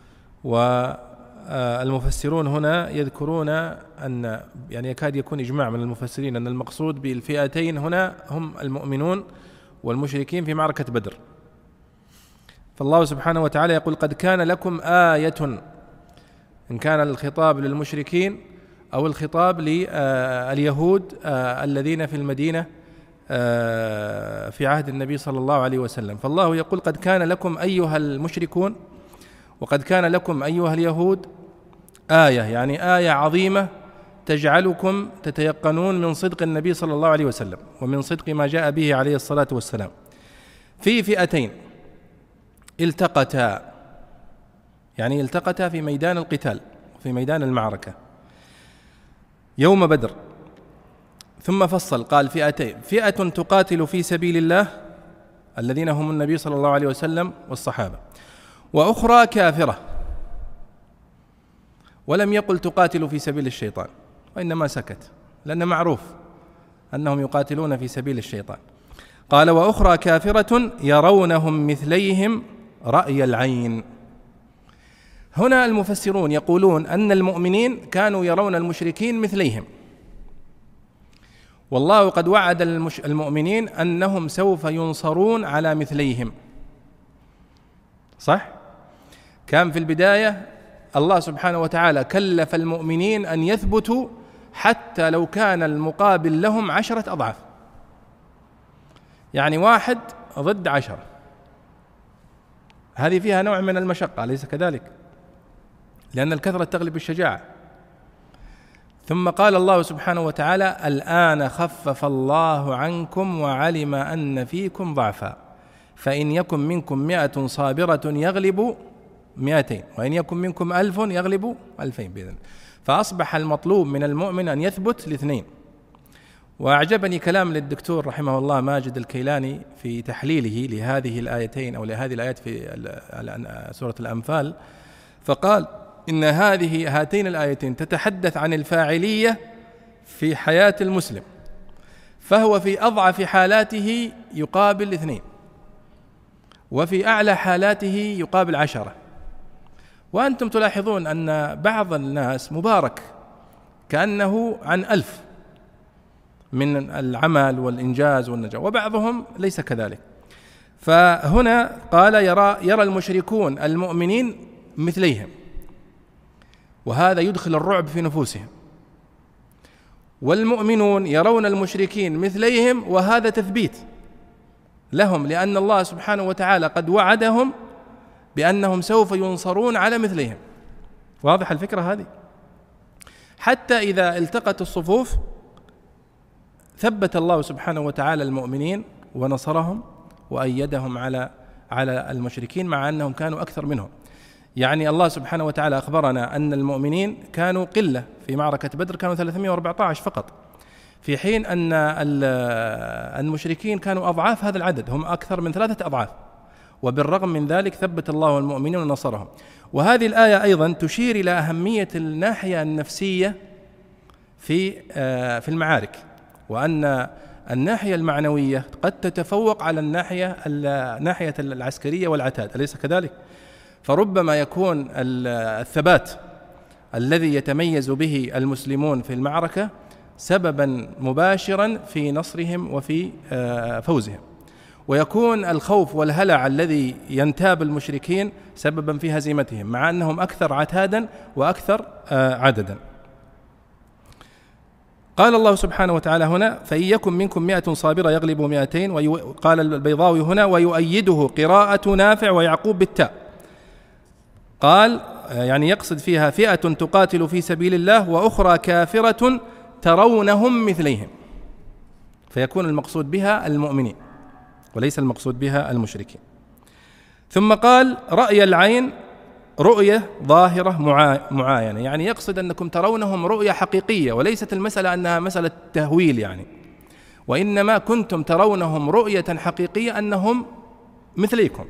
والمفسرون هنا يذكرون أن يعني يكاد يكون إجماع من المفسرين أن المقصود بالفئتين هنا هم المؤمنون والمشركين في معركة بدر. فالله سبحانه وتعالى يقول: قد كان لكم آية، إن كان الخطاب للمشركين أو الخطاب لليهود الذين في المدينة في عهد النبي صلى الله عليه وسلم. فالله يقول: قد كان لكم أيها المشركون، وقد كان لكم أيها اليهود آية، يعني آية عظيمة تجعلكم تتيقنون من صدق النبي صلى الله عليه وسلم ومن صدق ما جاء به عليه الصلاة والسلام، في فئتين التقتا، يعني التقتا في ميدان القتال، في ميدان المعركة. يوم بدر. ثم فصل قال فئتين: فئة تقاتل في سبيل الله الذين هم النبي صلى الله عليه وسلم والصحابة، وأخرى كافرة. ولم يقل تقاتل في سبيل الشيطان، وإنما سكت لأن معروف أنهم يقاتلون في سبيل الشيطان. قال: وأخرى كافرة يرونهم مثليهم رأي العين. هنا المفسرون يقولون أن المؤمنين كانوا يرون المشركين مثليهم، والله قد وعد المؤمنين أنهم سوف ينصرون على مثليهم. صح؟ كان في البداية الله سبحانه وتعالى كلف المؤمنين أن يثبتوا حتى لو كان المقابل لهم عشرة أضعاف، يعني واحد ضد عشرة، هذه فيها نوع من المشقة، أليس كذلك؟ لأن الكثرة تغلب الشجاعة. ثم قال الله سبحانه وتعالى: الآن خفف الله عنكم وعلم أن فيكم ضعفا فإن يكن منكم مئة صابرة يغلب مئتين وإن يكن منكم ألف يغلب ألفين بإذن. فأصبح المطلوب من المؤمن أن يثبت لاثنين. وأعجبني كلام للدكتور رحمه الله ماجد الكيلاني في تحليله لهذه الآيتين أو لهذه الآيات في سورة الأنفال، فقال إن هذه هاتين الآيتين تتحدث عن الفاعلية في حياة المسلم، فهو في أضعف حالاته يقابل اثنين، وفي أعلى حالاته يقابل عشرة. وأنتم تلاحظون أن بعض الناس مبارك كأنه عن ألف من العمل والإنجاز والنجاح، وبعضهم ليس كذلك. فهنا قال: يرى, يرى المشركون المؤمنين مثليهم، وهذا يدخل الرعب في نفوسهم، والمؤمنون يرون المشركين مثليهم، وهذا تثبيت لهم، لأن الله سبحانه وتعالى قد وعدهم بأنهم سوف ينصرون على مثلهم. واضح الفكرة هذه؟ حتى إذا التقت الصفوف ثبت الله سبحانه وتعالى المؤمنين ونصرهم وأيدهم على على المشركين مع أنهم كانوا أكثر منهم. يعني الله سبحانه وتعالى أخبرنا أن المؤمنين كانوا قلة في معركة بدر، كانوا ثلاثمائة وأربعة عشر فقط، في حين أن المشركين كانوا أضعاف هذا العدد، هم أكثر من ثلاثة أضعاف، وبالرغم من ذلك ثبت الله المؤمنين ونصرهم. وهذه الآية أيضا تشير إلى أهمية الناحية النفسية في في المعارك، وأن الناحية المعنوية قد تتفوق على الناحية الناحية العسكرية والعتاد، أليس كذلك؟ فربما يكون الثبات الذي يتميز به المسلمون في المعركة سببا مباشرا في نصرهم وفي فوزهم، ويكون الخوف والهلع الذي ينتاب المشركين سببا في هزيمتهم، مع أنهم أكثر عتادا وأكثر عددا. قال الله سبحانه وتعالى هنا: فإن يكن منكم مئة صابرة يغلب مئتين. وقال البيضاوي هنا: ويؤيده قراءة نافع ويعقوب بالتاء. قال يعني يقصد فيها فئة تقاتل في سبيل الله وأخرى كافرة ترونهم مثليهم، فيكون المقصود بها المؤمنين وليس المقصود بها المشركين. ثم قال: رأي العين رؤية ظاهرة معاينة، يعني يقصد أنكم ترونهم رؤية حقيقية، وليست المسألة أنها مسألة تهويل يعني، وإنما كنتم ترونهم رؤية حقيقية أنهم مثليكم.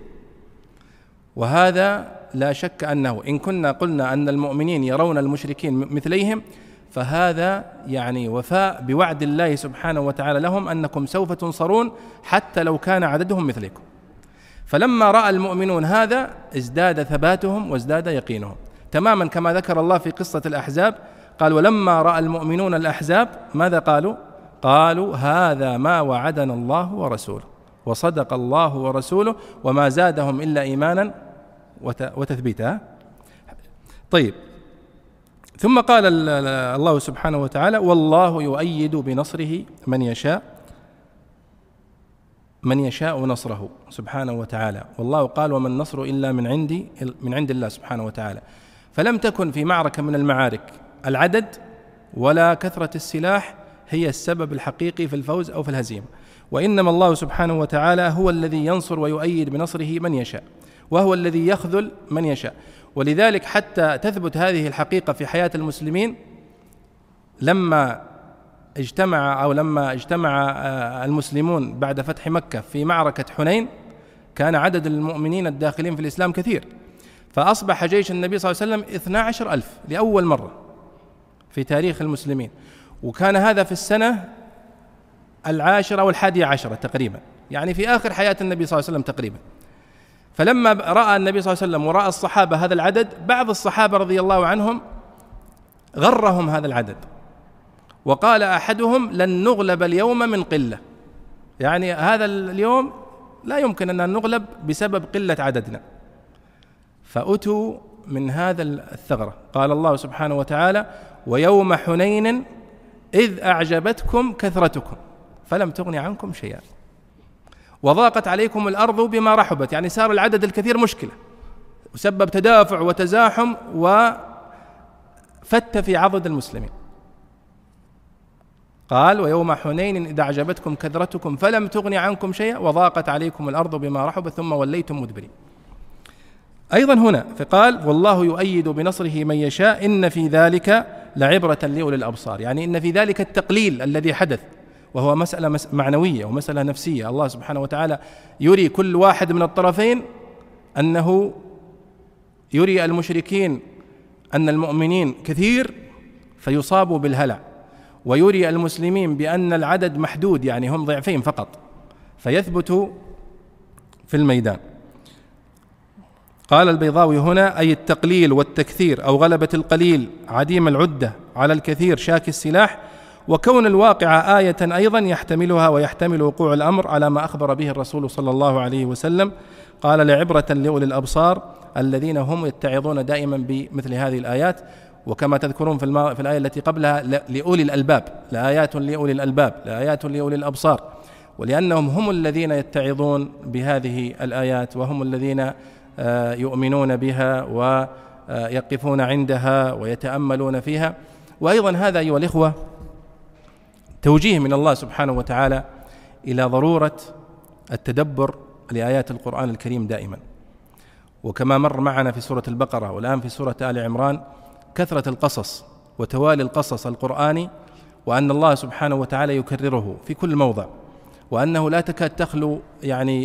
وهذا لا شك أنه إن كنا قلنا أن المؤمنين يرون المشركين مثليهم، فهذا يعني وفاء بوعد الله سبحانه وتعالى لهم أنكم سوف تنصرون حتى لو كان عددهم مثلكم. فلما رأى المؤمنون هذا ازداد ثباتهم وازداد يقينهم، تماما كما ذكر الله في قصة الأحزاب. قال: ولما رأى المؤمنون الأحزاب ماذا قالوا؟ قالوا: هذا ما وعدنا الله ورسوله وصدق الله ورسوله وما زادهم إلا إيمانا وتثبيتا. طيب، ثم قال الله سبحانه وتعالى: والله يؤيد بنصره من يشاء من يشاء نصره سبحانه وتعالى. والله قال: وما النصر إلا من عندي من عند الله سبحانه وتعالى. فلم تكن في معركة من المعارك العدد ولا كثرة السلاح هي السبب الحقيقي في الفوز أو في الهزيمة، وإنما الله سبحانه وتعالى هو الذي ينصر ويؤيد بنصره من يشاء، وهو الذي يخذل من يشاء. ولذلك حتى تثبت هذه الحقيقة في حياة المسلمين لما اجتمع أو لما اجتمع المسلمون بعد فتح مكة في معركة حنين كان عدد المؤمنين الداخلين في الإسلام كثير، فأصبح جيش النبي صلى الله عليه وسلم اثنا عشر ألف لأول مرة في تاريخ المسلمين، وكان هذا في السنة العاشرة والحادية عشرة تقريبا، يعني في آخر حياة النبي صلى الله عليه وسلم تقريبا. فلما رأى النبي صلى الله عليه وسلم ورأى الصحابة هذا العدد، بعض الصحابة رضي الله عنهم غرهم هذا العدد، وقال أحدهم لن نغلب اليوم من قلة، يعني هذا اليوم لا يمكن أن نغلب بسبب قلة عددنا. فأتوا من هذا الثغرة، قال الله سبحانه وتعالى ويوم حنين إذ أعجبتكم كثرتكم فلم تغن عنكم شيئا وضاقت عليكم الأرض بما رحبت، يعني صار العدد الكثير مشكلة وسبب تدافع وتزاحم وفت في عضد المسلمين. قال ويوم حنين إذ أعجبتكم كثرتكم فلم تغن عنكم شيئا وضاقت عليكم الأرض بما رحبت ثم وليتم مدبرين. أيضا هنا فقال والله يؤيد بنصره من يشاء إن في ذلك لعبرة لأولي الأبصار، يعني إن في ذلك التقليل الذي حدث وهو مسألة معنوية ومسألة نفسية، الله سبحانه وتعالى يري كل واحد من الطرفين أنه يري المشركين أن المؤمنين كثير فيصابوا بالهلع، ويري المسلمين بأن العدد محدود يعني هم ضعفين فقط فيثبتوا في الميدان. قال البيضاوي هنا أي التقليل والتكثير أو غلبة القليل عديم العدة على الكثير شاك السلاح، وكون الواقع آية أيضا يحتملها ويحتمل وقوع الأمر على ما أخبر به الرسول صلى الله عليه وسلم. قال لعبرة لأولي الأبصار الذين هم يتعظون دائما بمثل هذه الآيات، وكما تذكرون في, الما... في الآية التي قبلها لأولي الألباب، لآيات لأولي الألباب، لآيات لأولي الأبصار، ولأنهم هم الذين يتعظون بهذه الآيات وهم الذين يؤمنون بها ويقفون عندها ويتأملون فيها. وأيضا هذا أيها الإخوة توجيه من الله سبحانه وتعالى إلى ضرورة التدبر لآيات القرآن الكريم دائما، وكما مر معنا في سورة البقرة والآن في سورة آل عمران كثرة القصص وتوالي القصص القرآني، وأن الله سبحانه وتعالى يكرره في كل موضع، وأنه لا تكاد تخلو يعني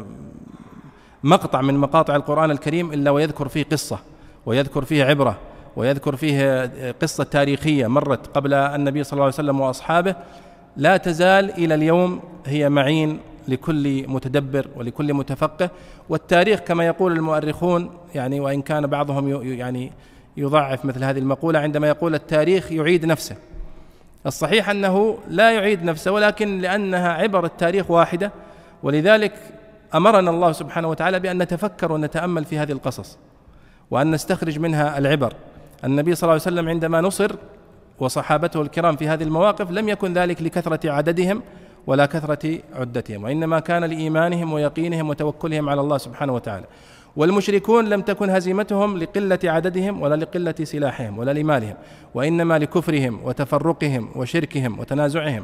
مقطع من مقاطع القرآن الكريم إلا ويذكر فيه قصة ويذكر فيه عبرة ويذكر فيه قصة تاريخية مرت قبل النبي صلى الله عليه وسلم وأصحابه، لا تزال إلى اليوم هي معين لكل متدبر ولكل متفقه. والتاريخ كما يقول المؤرخون، يعني وإن كان بعضهم يعني يضعف مثل هذه المقولة عندما يقول التاريخ يعيد نفسه، الصحيح أنه لا يعيد نفسه، ولكن لأنها عبر التاريخ واحدة، ولذلك أمرنا الله سبحانه وتعالى بأن نتفكر ونتأمل في هذه القصص وأن نستخرج منها العبر. النبي صلى الله عليه وسلم عندما نصر وصحابته الكرام في هذه المواقف لم يكن ذلك لكثرة عددهم ولا كثرة عدتهم، وإنما كان لإيمانهم ويقينهم وتوكلهم على الله سبحانه وتعالى. والمشركون لم تكن هزيمتهم لقلة عددهم ولا لقلة سلاحهم ولا لمالهم، وإنما لكفرهم وتفرقهم وشركهم وتنازعهم.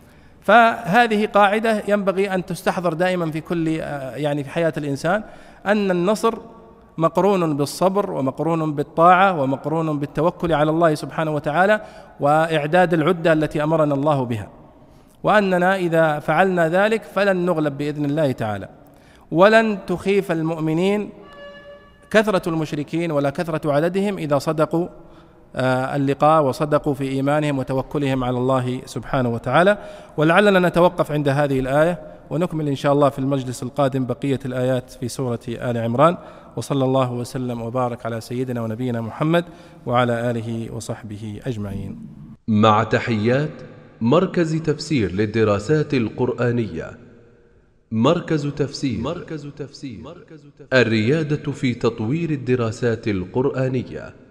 فهذه قاعدة ينبغي أن تستحضر دائما في كل يعني في حياة الإنسان، أن النصر مقرون بالصبر ومقرون بالطاعة ومقرون بالتوكل على الله سبحانه وتعالى وإعداد العدة التي أمرنا الله بها، وأننا إذا فعلنا ذلك فلن نغلب بإذن الله تعالى، ولن تخيف المؤمنين كثرة المشركين ولا كثرة عددهم إذا صدقوا اللقاء وصدقوا في إيمانهم وتوكلهم على الله سبحانه وتعالى. ولعلنا نتوقف عند هذه الآية ونكمل إن شاء الله في المجلس القادم بقية الآيات في سورة آل عمران. وصلى الله وسلم وبارك على سيدنا ونبينا محمد وعلى آله وصحبه أجمعين. مع تحيات مركز تفسير للدراسات القرآنية. مركز تفسير. مركز تفسير. الريادة في تطوير الدراسات القرآنية.